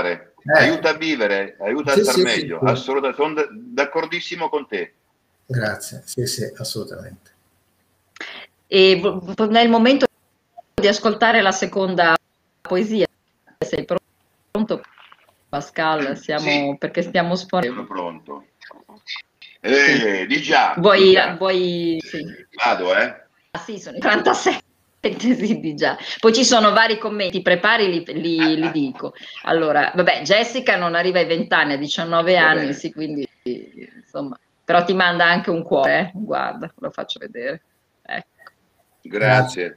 aiuta a vivere, aiuta a star meglio. Sì. Assolutamente, sono d'accordissimo con te. Grazie, sì, assolutamente. E nel momento di ascoltare la seconda poesia, sei pronto, Pascal? Siamo, perché stiamo sforando. Sono pronto. Sì. Di già. Vuoi sì. Vado, Sì, sono i 37. Sì, di già. Poi ci sono vari commenti, prepari, li dico. Allora, vabbè, Jessica non arriva ai 20 anni, a 19 anni, sì, quindi insomma, però ti manda anche un cuore, guarda, lo faccio vedere. Ecco. Grazie.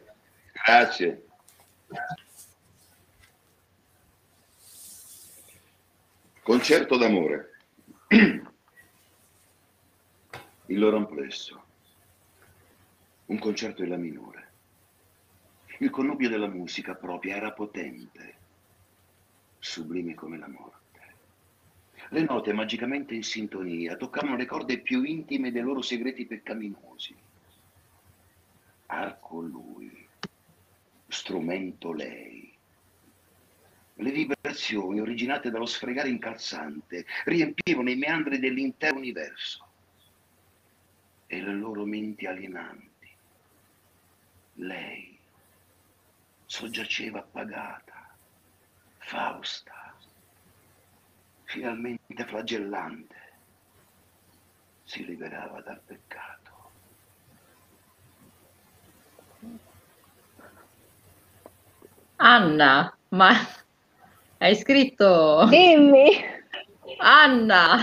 Concerto d'amore. Il loro amplesso. Un concerto in la minore. Il connubio della musica propria era potente, sublime come la morte. Le note magicamente in sintonia toccavano le corde più intime dei loro segreti peccaminosi. Arco lui, strumento lei. Le vibrazioni originate dallo sfregare incalzante riempivano i meandri dell'intero universo e le loro menti alienanti. Lei soggiaceva appagata, fausta, finalmente flagellante, si liberava dal peccato. Anna, ma hai scritto? Dimmi! Anna,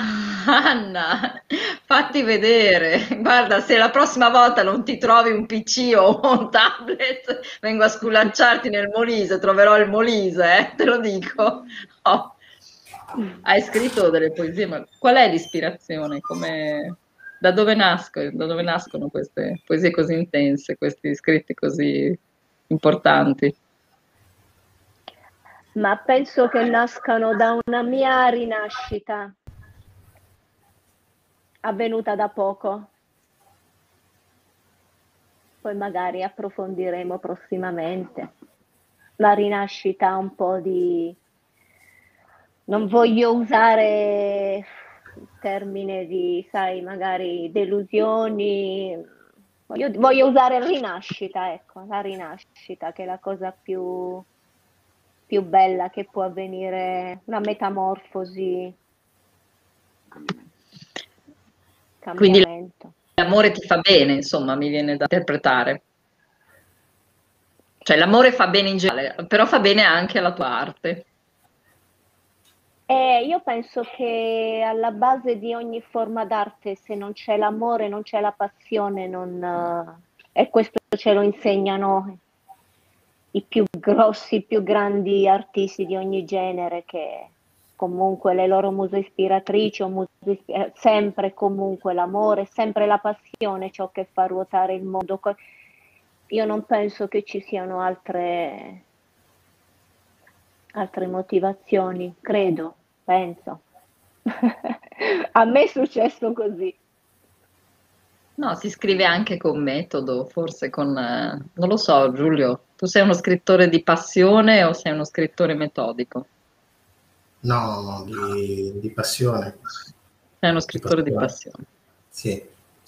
fatti vedere. Guarda, se la prossima volta non ti trovi un PC o un tablet, vengo a sculacciarti nel Molise, troverò il Molise, te lo dico. Oh. Hai scritto delle poesie, ma qual è l'ispirazione? Da dove nascono queste poesie così intense, questi scritti così importanti? Ma penso che nascano da una mia rinascita avvenuta da poco. Poi magari approfondiremo prossimamente. La rinascita un po' di... Non voglio usare il termine di, sai, magari delusioni. Voglio usare rinascita, ecco, la rinascita, che è la cosa più bella che può avvenire, una metamorfosi, cambiamento. Quindi l'amore ti fa bene, insomma, mi viene da interpretare. Cioè l'amore fa bene in generale, però fa bene anche alla tua arte. Io penso che alla base di ogni forma d'arte, se non c'è l'amore, non c'è la passione, e questo ce lo insegnano i più grossi, i più grandi artisti di ogni genere, che comunque le loro muse ispiratrici, sempre e comunque l'amore, sempre la passione, ciò che fa ruotare il mondo. Io non penso che ci siano altre motivazioni, penso. A me è successo così. No, si scrive anche con metodo, forse non lo so, Giulio, tu sei uno scrittore di passione o sei uno scrittore metodico? No, di passione. Sei uno scrittore di passione. Sì.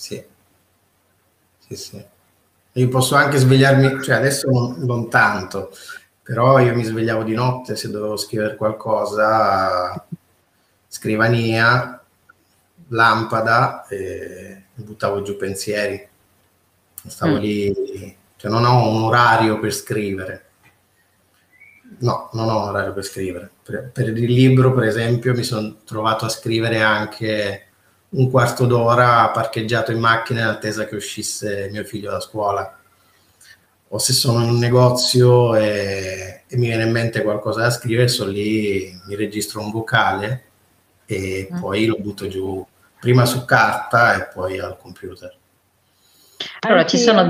Io posso anche svegliarmi, cioè adesso non tanto, però io mi svegliavo di notte se dovevo scrivere qualcosa, scrivania, lampada, e buttavo giù pensieri. Stavo lì, cioè non ho un orario per scrivere. No, non ho un orario per scrivere. Per il libro, per esempio, mi sono trovato a scrivere anche un quarto d'ora parcheggiato in macchina in attesa che uscisse mio figlio da scuola. O se sono in un negozio e mi viene in mente qualcosa da scrivere, sono lì, mi registro un vocale e poi lo butto giù prima su carta e poi al computer. Allora, ci sono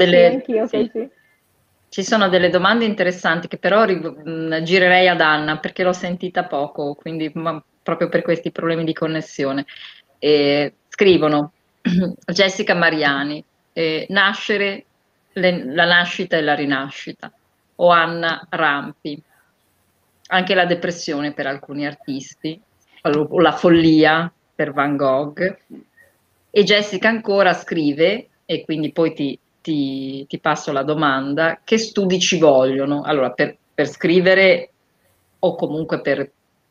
delle domande interessanti che però girerei ad Anna perché l'ho sentita poco, quindi proprio per questi problemi di connessione. Scrivono Jessica Mariani, nascere, la nascita e la rinascita, o Anna Rampi. anche la depressione per alcuni artisti, o la follia per Van Gogh. E Jessica ancora scrive, e quindi poi ti passo la domanda: che studi ci vogliono? Allora, per scrivere o comunque per...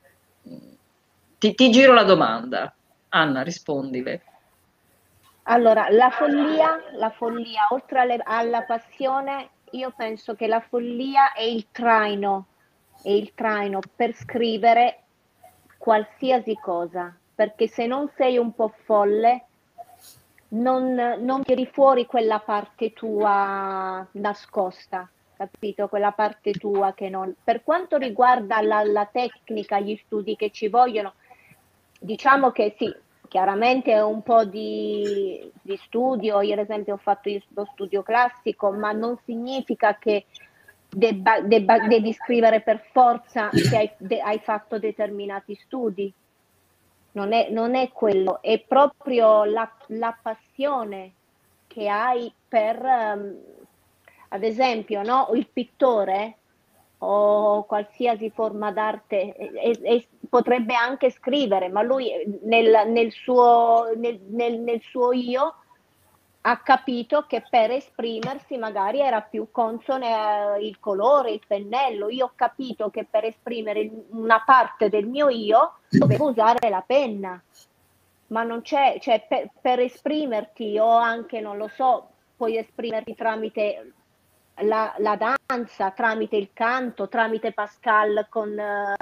Ti giro la domanda. Anna, rispondile. Allora, la follia, oltre alla passione, io penso che la follia è il traino per scrivere qualsiasi cosa, perché se non sei un po' folle, non tiri fuori quella parte tua nascosta, capito? Quella parte tua che non... Per quanto riguarda la tecnica, gli studi che ci vogliono, diciamo che sì, chiaramente è un po' di studio. Io ad esempio ho fatto lo studio classico, ma non significa che devi scrivere per forza che hai fatto determinati studi. Non è quello, è proprio la passione che hai per, ad esempio, no? Il pittore o qualsiasi forma d'arte potrebbe anche scrivere, ma lui nel suo io ha capito che per esprimersi magari era più consono il colore, il pennello. Io ho capito che per esprimere una parte del mio io dovevo usare la penna, ma non c'è, cioè per esprimerti, o anche, non lo so, puoi esprimerti tramite la danza, tramite il canto, tramite Pascal con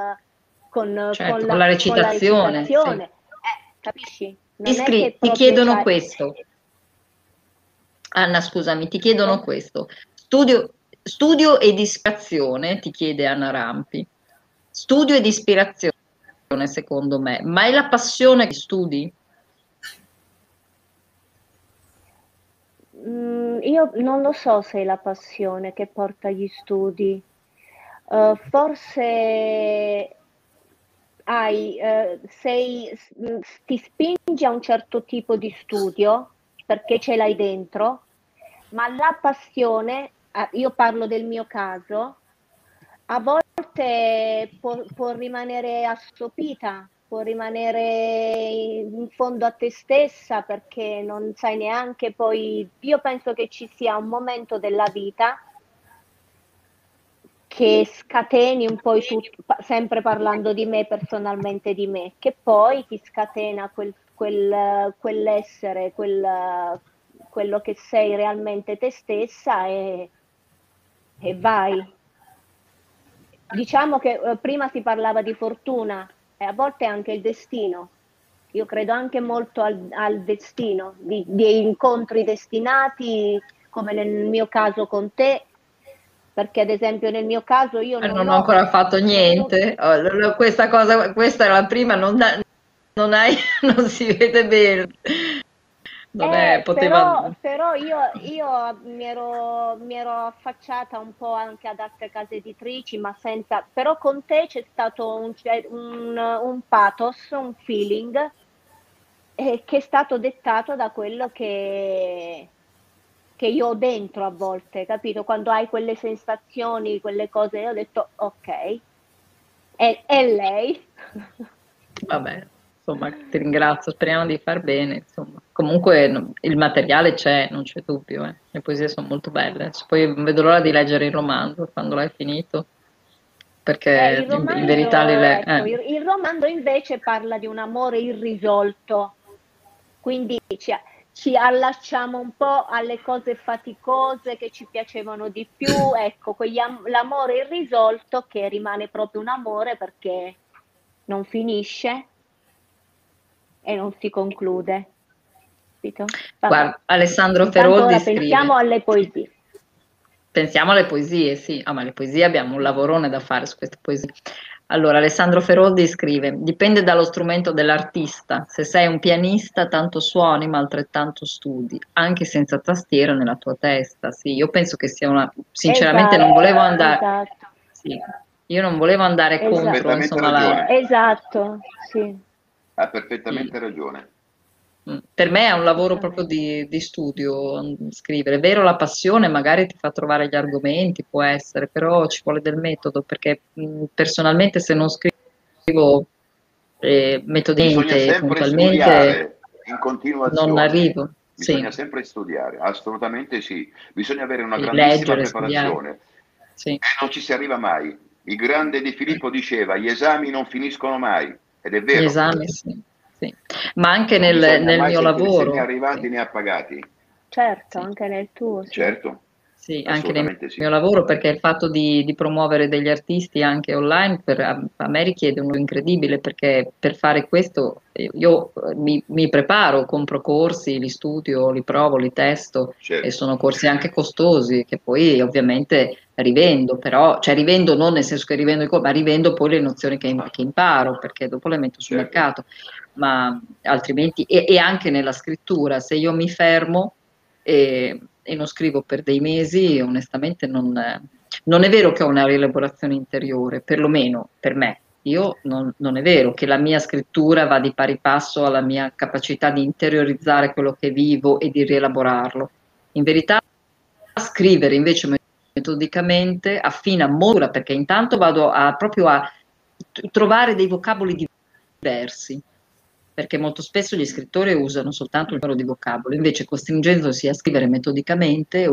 la recitazione. Sì. Capisci? Non è che ti chiedono questo. Anna, scusami, ti chiedono questo. Studio ed ispirazione, ti chiede Anna Rampi. Studio ed ispirazione, secondo me, ma è la passione che studi? Io non lo so se è la passione che porta agli studi. Forse ti spingi a un certo tipo di studio perché ce l'hai dentro, ma la passione, io parlo del mio caso, a volte può rimanere assopita, può rimanere in fondo a te stessa, perché non sai neanche poi. Io penso che ci sia un momento della vita che scateni un po' tutto, sempre parlando di me, personalmente di me, che poi ti scatena quell'essere, quello che sei realmente te stessa, e vai. Diciamo che prima si parlava di fortuna, e a volte anche il destino. Io credo anche molto al destino, di incontri destinati, come nel mio caso con te, perché ad esempio nel mio caso io non ho ancora fatto niente. Questa è la prima, non si vede bene. Però io mi ero affacciata un po' anche ad altre case editrici, ma senza. Però con te c'è stato un pathos, un feeling che è stato dettato da quello che io ho dentro a volte, capito? Quando hai quelle sensazioni, quelle cose, io ho detto ok, è lei. Vabbè, insomma, ti ringrazio, speriamo di far bene, insomma. Comunque il materiale c'è, non c'è dubbio, le poesie sono molto belle. Poi non vedo l'ora di leggere il romanzo quando l'hai finito, perché in verità il romanzo invece parla di un amore irrisolto, quindi ci allacciamo un po' alle cose faticose che ci piacevano di più, ecco, l'amore irrisolto che rimane proprio un amore perché non finisce e non si conclude. Guarda, Alessandro Feroldi scrive. Pensiamo alle poesie. Pensiamo alle poesie, sì. Ma le poesie abbiamo un lavorone da fare su queste poesie. Allora, Alessandro Feroldi scrive: dipende dallo strumento dell'artista. Se sei un pianista, tanto suoni, ma altrettanto studi, anche senza tastiera nella tua testa. Sì, io penso che sia una. Sinceramente, non volevo andare. Esatto. Sì, io non volevo andare contro, insomma. Esatto, sì. Ha perfettamente ragione. Per me è un lavoro proprio di studio scrivere. È vero, la passione magari ti fa trovare gli argomenti, può essere, però ci vuole del metodo, perché personalmente se non scrivo Bisogna metodicamente e sempre puntualmente studiare in non continuazione. arrivo. Bisogna Sì, sempre studiare, assolutamente sì. Bisogna avere una sì, grandissima leggere, studiare. preparazione Sì. e non ci si arriva mai. Il grande Di Filippo diceva: gli esami non finiscono mai, ed è Gli vero. esami, sì, sì. Ma anche Non bisogna nel mai mio sentirsi né lavoro, arrivati sì, né appagati. Certo, sì. anche nel tuo, sì. Certo, Sì, anche nel assolutamente sì. mio lavoro, perché il fatto di promuovere degli artisti anche online a me richiede un incredibile, perché per fare questo io mi preparo, compro corsi, li studio, li provo, li testo e Certo, sono corsi anche costosi che poi ovviamente rivendo, però, cioè rivendo non nel senso che rivendo ma rivendo poi le nozioni che imparo, perché dopo le metto sul certo. mercato, ma altrimenti, e anche nella scrittura, se io mi fermo e non scrivo per dei mesi, onestamente non è vero che ho una rielaborazione interiore, perlomeno per me. Io non è vero che la mia scrittura va di pari passo alla mia capacità di interiorizzare quello che vivo e di rielaborarlo. In verità, scrivere invece metodicamente affina molto, perché intanto vado proprio a trovare dei vocaboli diversi, perché molto spesso gli scrittori usano soltanto un numero di vocaboli, invece costringendosi a scrivere metodicamente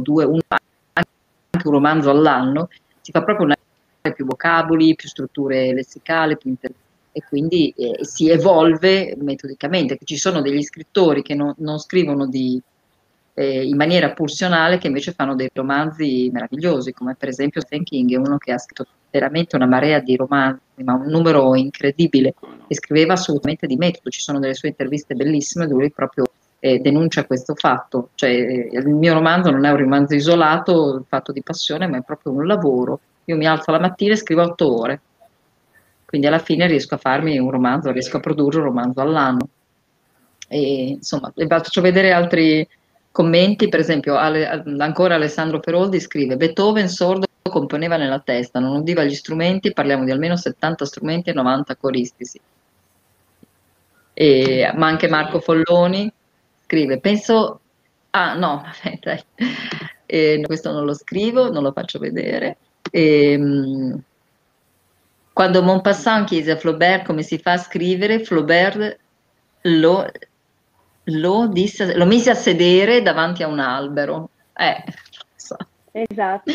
anche un romanzo all'anno, si fa proprio una più vocaboli, più strutture lessicali, e quindi si evolve metodicamente. Ci sono degli scrittori che non scrivono in maniera pulsionale, che invece fanno dei romanzi meravigliosi, come per esempio Stephen King, è uno che ha scritto veramente una marea di romanzi, ma un numero incredibile, e scriveva assolutamente di metodo. Ci sono delle sue interviste bellissime dove lui proprio denuncia questo fatto, cioè il mio romanzo non è un romanzo isolato, fatto di passione, ma è proprio un lavoro. Io mi alzo la mattina e scrivo 8 ore, quindi alla fine riesco a farmi un romanzo, riesco a produrre un romanzo all'anno. E, insomma, vi faccio vedere altri commenti, per esempio ancora Alessandro Peroldi scrive: Beethoven sordo componeva nella testa, non udiva gli strumenti, parliamo di almeno 70 strumenti e 90 coristi, sì. Ma anche Marco Folloni scrive: penso, ah no, vabbè, dai. Questo non lo scrivo, non lo faccio vedere. Quando Maupassant chiese a Flaubert come si fa a scrivere, Flaubert lo mise a sedere davanti a un albero. So. Esatto.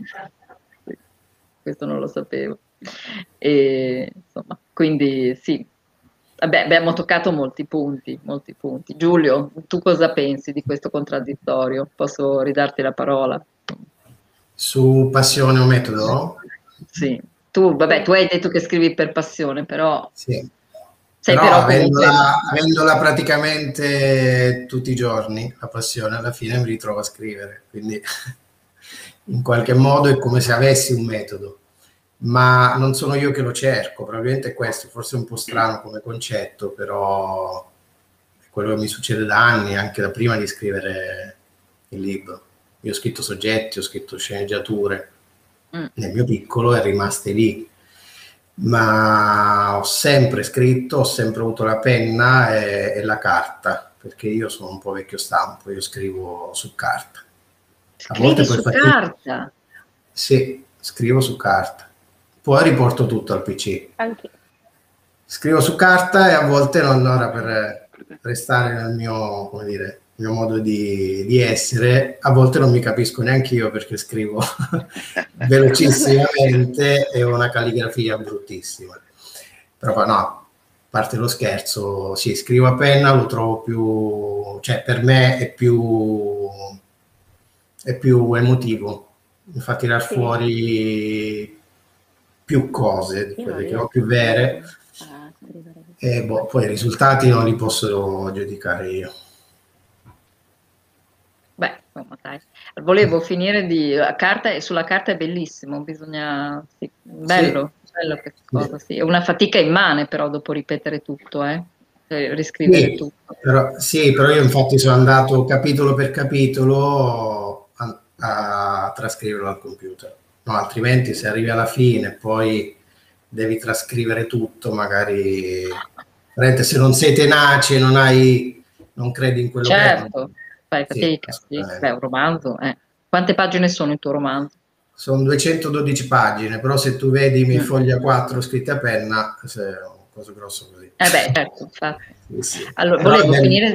Questo non lo sapevo. Insomma, quindi sì. Vabbè, abbiamo toccato molti punti, molti punti. Giulio, tu cosa pensi di questo contraddittorio? Posso ridarti la parola? Su passione o metodo? Sì. Tu hai detto che scrivi per passione, però... Sì. Però avendola praticamente tutti i giorni, la passione, alla fine mi ritrovo a scrivere, quindi in qualche modo è come se avessi un metodo, ma non sono io che lo cerco, probabilmente questo, forse è un po' strano come concetto, però è quello che mi succede da anni, anche da prima di scrivere il libro. Io ho scritto soggetti, ho scritto sceneggiature, nel mio piccolo è rimaste lì, ma ho sempre scritto, ho sempre avuto la penna e la carta, perché io sono un po' vecchio stampo, io scrivo su carta. Scrivi su carta? Sì, scrivo su carta. Poi riporto tutto al PC. Anche. Scrivo su carta e a volte non ora per restare nel mio, come dire, mio modo di essere, a volte non mi capisco neanche io perché scrivo velocissimamente e ho una calligrafia bruttissima. Però no, a parte lo scherzo, sì, scrivo a penna, lo trovo più, cioè per me è più emotivo, mi fa tirar fuori più cose, di quelle che ho più vere, e poi i risultati non li posso giudicare io. Beh, insomma, dai. Volevo finire sulla carta è bellissimo, bisogna, sì, bello questa cosa, sì. È una fatica immane però dopo ripetere tutto, riscrivere tutto. Però io infatti sono andato capitolo per capitolo a trascriverlo al computer, no, altrimenti se arrivi alla fine poi devi trascrivere tutto, magari se non sei tenace, non hai non credi in quello certo, fai che è? fatica, sì. Beh, un romanzo, Quante pagine sono il tuo romanzo? Sono 212 pagine, però se tu vedi i miei fogli A4 scritti a penna, è un coso grosso così. Beh, certo, infatti. Sì. Allora, volevo finire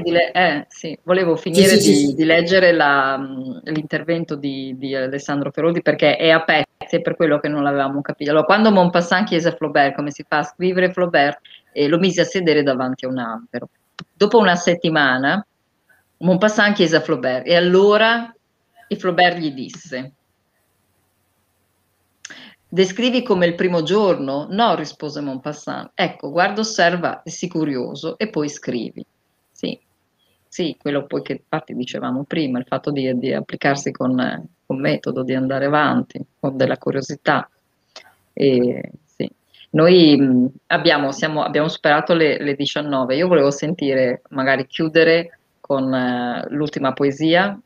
di leggere l'intervento di Alessandro Feroldi, perché è a pezzi, è per quello che non l'avevamo capito. Allora, quando Maupassant chiese a Flaubert come si fa a scrivere Flaubert, lo mise a sedere davanti a un albero. Dopo una settimana, Maupassant chiese a Flaubert, e allora Flaubert gli disse: descrivi come il primo giorno? No, rispose Maupassant. Ecco, guarda, osserva, sii curioso e poi scrivi. Sì, quello poi che infatti dicevamo prima, il fatto di applicarsi con metodo, di andare avanti, con della curiosità. Sì. Noi abbiamo superato le 19. Io volevo sentire, magari chiudere con l'ultima poesia,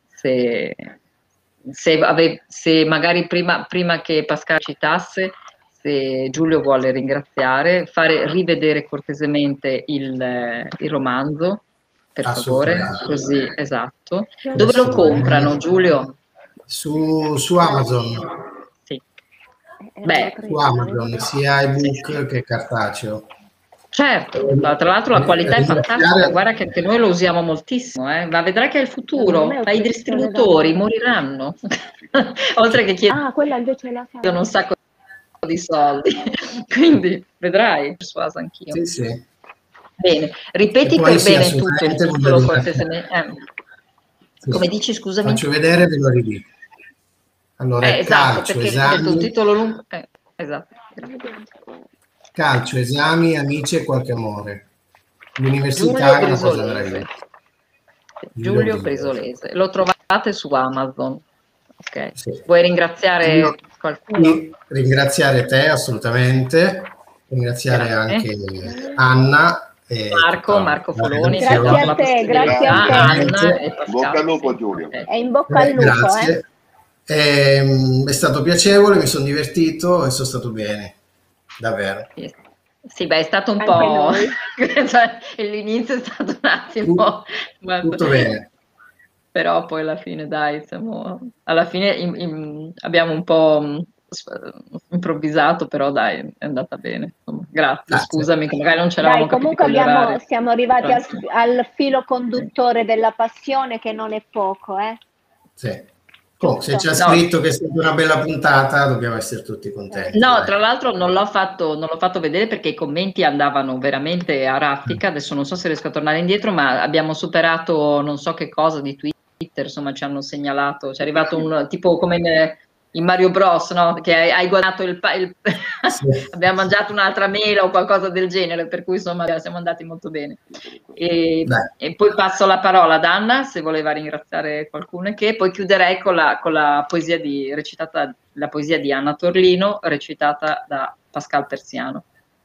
se magari prima che Pascal citasse, se Giulio vuole ringraziare, fare rivedere cortesemente il romanzo, per favore, così, esatto. Dove lo comprano, Giulio? Su Amazon. Sì. Beh, su Amazon, sia ebook che cartaceo. Certo, tra l'altro la qualità è fantastica, guarda che noi lo usiamo moltissimo, ma vedrai che è il futuro, ma i distributori moriranno, oltre che quella invece la chiedono un sacco di soldi, quindi vedrai, persuasa anch'io. Sì. Bene, ripeti per bene tutto il titolo cortesemente. Come dici, scusami? Faccio vedere e ve lo ridico. Allora, esatto, perché hai detto un titolo lungo. Esatto. Calcio, esami, amici e qualche amore. L'università è una cosa meravigliosa. Giulio Brisolese. Lo trovate su Amazon. Ok. Sì. Vuoi ringraziare qualcuno? Ringraziare te assolutamente, ringraziare anche Anna. Marco Foloni. Grazie a te. Anna e Pascal. Bocca al lupo, Giulio. E in bocca al lupo. Grazie. È stato piacevole, mi sono divertito e sono stato bene, davvero. Sì, beh, è stato un po'... l'inizio è stato un attimo... Tutto bene. Però poi alla fine, dai, alla fine abbiamo un po' improvvisato, però dai, è andata bene. Insomma, grazie, scusami che magari non ce l'avevamo capito. Comunque siamo arrivati al filo conduttore della passione, che non è poco, Sì. Se c'è scritto che è stata una bella puntata, dobbiamo essere tutti contenti. No, tra l'altro non l'ho fatto vedere perché i commenti andavano veramente a raffica. Adesso non so se riesco a tornare indietro, ma abbiamo superato non so che cosa di Twitter, insomma ci hanno segnalato, c'è arrivato un tipo come in Mario Bros, no? Che hai guadagnato sì. Abbiamo mangiato un'altra mela o qualcosa del genere, per cui insomma siamo andati molto bene. E poi passo la parola ad Anna se voleva ringraziare qualcuno, e poi chiuderei con la poesia la poesia di Anna Torlino recitata da Pascal Persiano.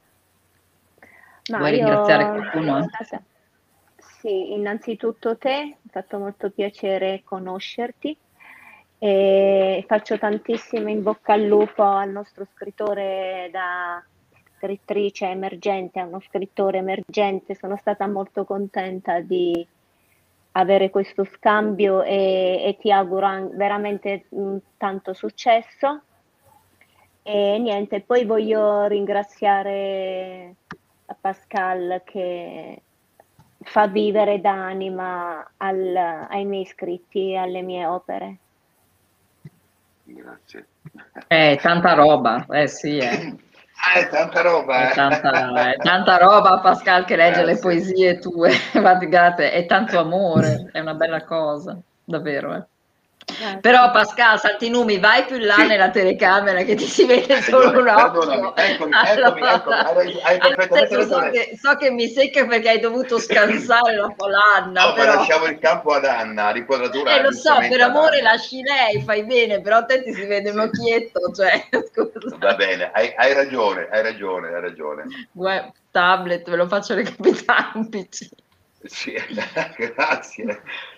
Vuoi ringraziare qualcuno? Sì, innanzitutto te, mi ha fatto molto piacere conoscerti. E faccio tantissimo in bocca al lupo al nostro scrittore, da scrittrice emergente a uno scrittore emergente. Sono stata molto contenta di avere questo scambio e ti auguro veramente tanto successo. E niente, poi voglio ringraziare Pascal che fa vivere d'anima ai miei scritti, alle mie opere. Grazie. Tanta roba, sì. Tanta roba. È tanta roba, Pascal, che legge le poesie tue. Grazie, è tanto amore, è una bella cosa, davvero. Però Pascal Santinumi, vai più là nella telecamera che ti si vede solo un occhio. Eccomi. Hai perfettamente ragione. So che mi secca perché hai dovuto scansare la Polanna. No, però... ma lasciamo il campo ad Anna, l'inquadratura. Lo so, per amore lasci lei, fai bene, però a te ti si vede un occhietto, cioè, scusa. Va bene, hai ragione. Web, tablet, ve lo faccio recapitare un PC. Sì, grazie.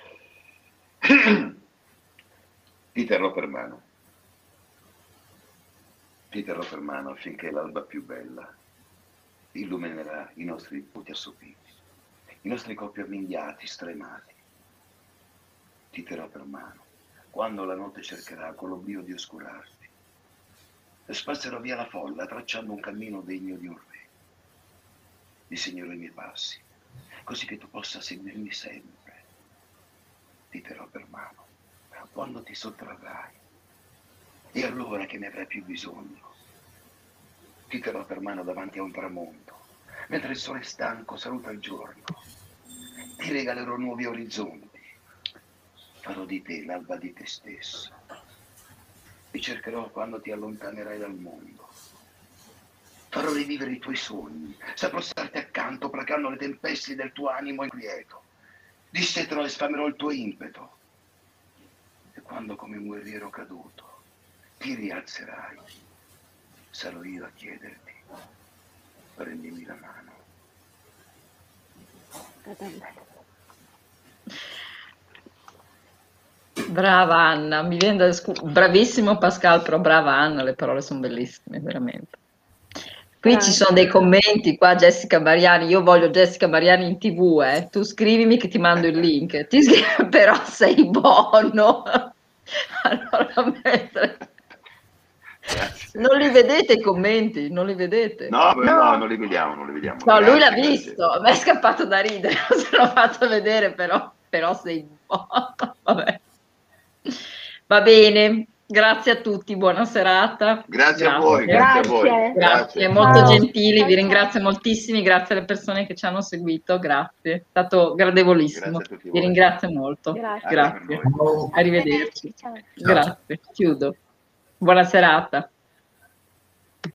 Terrò per mano finché l'alba più bella illuminerà i nostri punti assopiti i nostri corpi avvinghiati, stremati. Ti terrò per mano quando la notte cercherà con l'oblio di oscurarti. E spazzerò via la folla tracciando un cammino degno di un re. Disegnerò i miei passi, così che tu possa seguirmi sempre. Ti terrò per mano quando ti sottrarrai e allora che ne avrai più bisogno. Ti terrò per mano davanti a un tramonto, mentre il sole stanco saluta il giorno. Ti regalerò nuovi orizzonti. Farò di te l'alba di te stesso. Ti cercherò quando ti allontanerai dal mondo. Farò rivivere i tuoi sogni. Saprò starti accanto placando le tempeste del tuo animo inquieto. Disseterò e sfamerò il tuo impeto. E quando come un guerriero caduto ti rialzerai, sarò io a chiederti, prendimi la mano. Brava Anna, mi viene bravissimo Pascal, però brava Anna, le parole sono bellissime, veramente. Qui ci sono dei commenti, qua Jessica Mariani, io voglio Jessica Mariani in TV, tu scrivimi che ti mando il link, ti scrivo, però sei buono. Allora, non li vedete i commenti? Non li vedete? No, non li vediamo, non li vediamo. No, grazie, lui l'ha visto, a me è scappato da ridere, se l'ho fatto vedere, però sei buono. Vabbè. Va bene, grazie a tutti, buona serata. Grazie a voi, grazie a voi. Grazie, molto gentili, vi ringrazio moltissimo, grazie alle persone che ci hanno seguito, grazie, è stato gradevolissimo, vi ringrazio molto. Grazie. Arrivederci. Grazie, chiudo. Buona serata.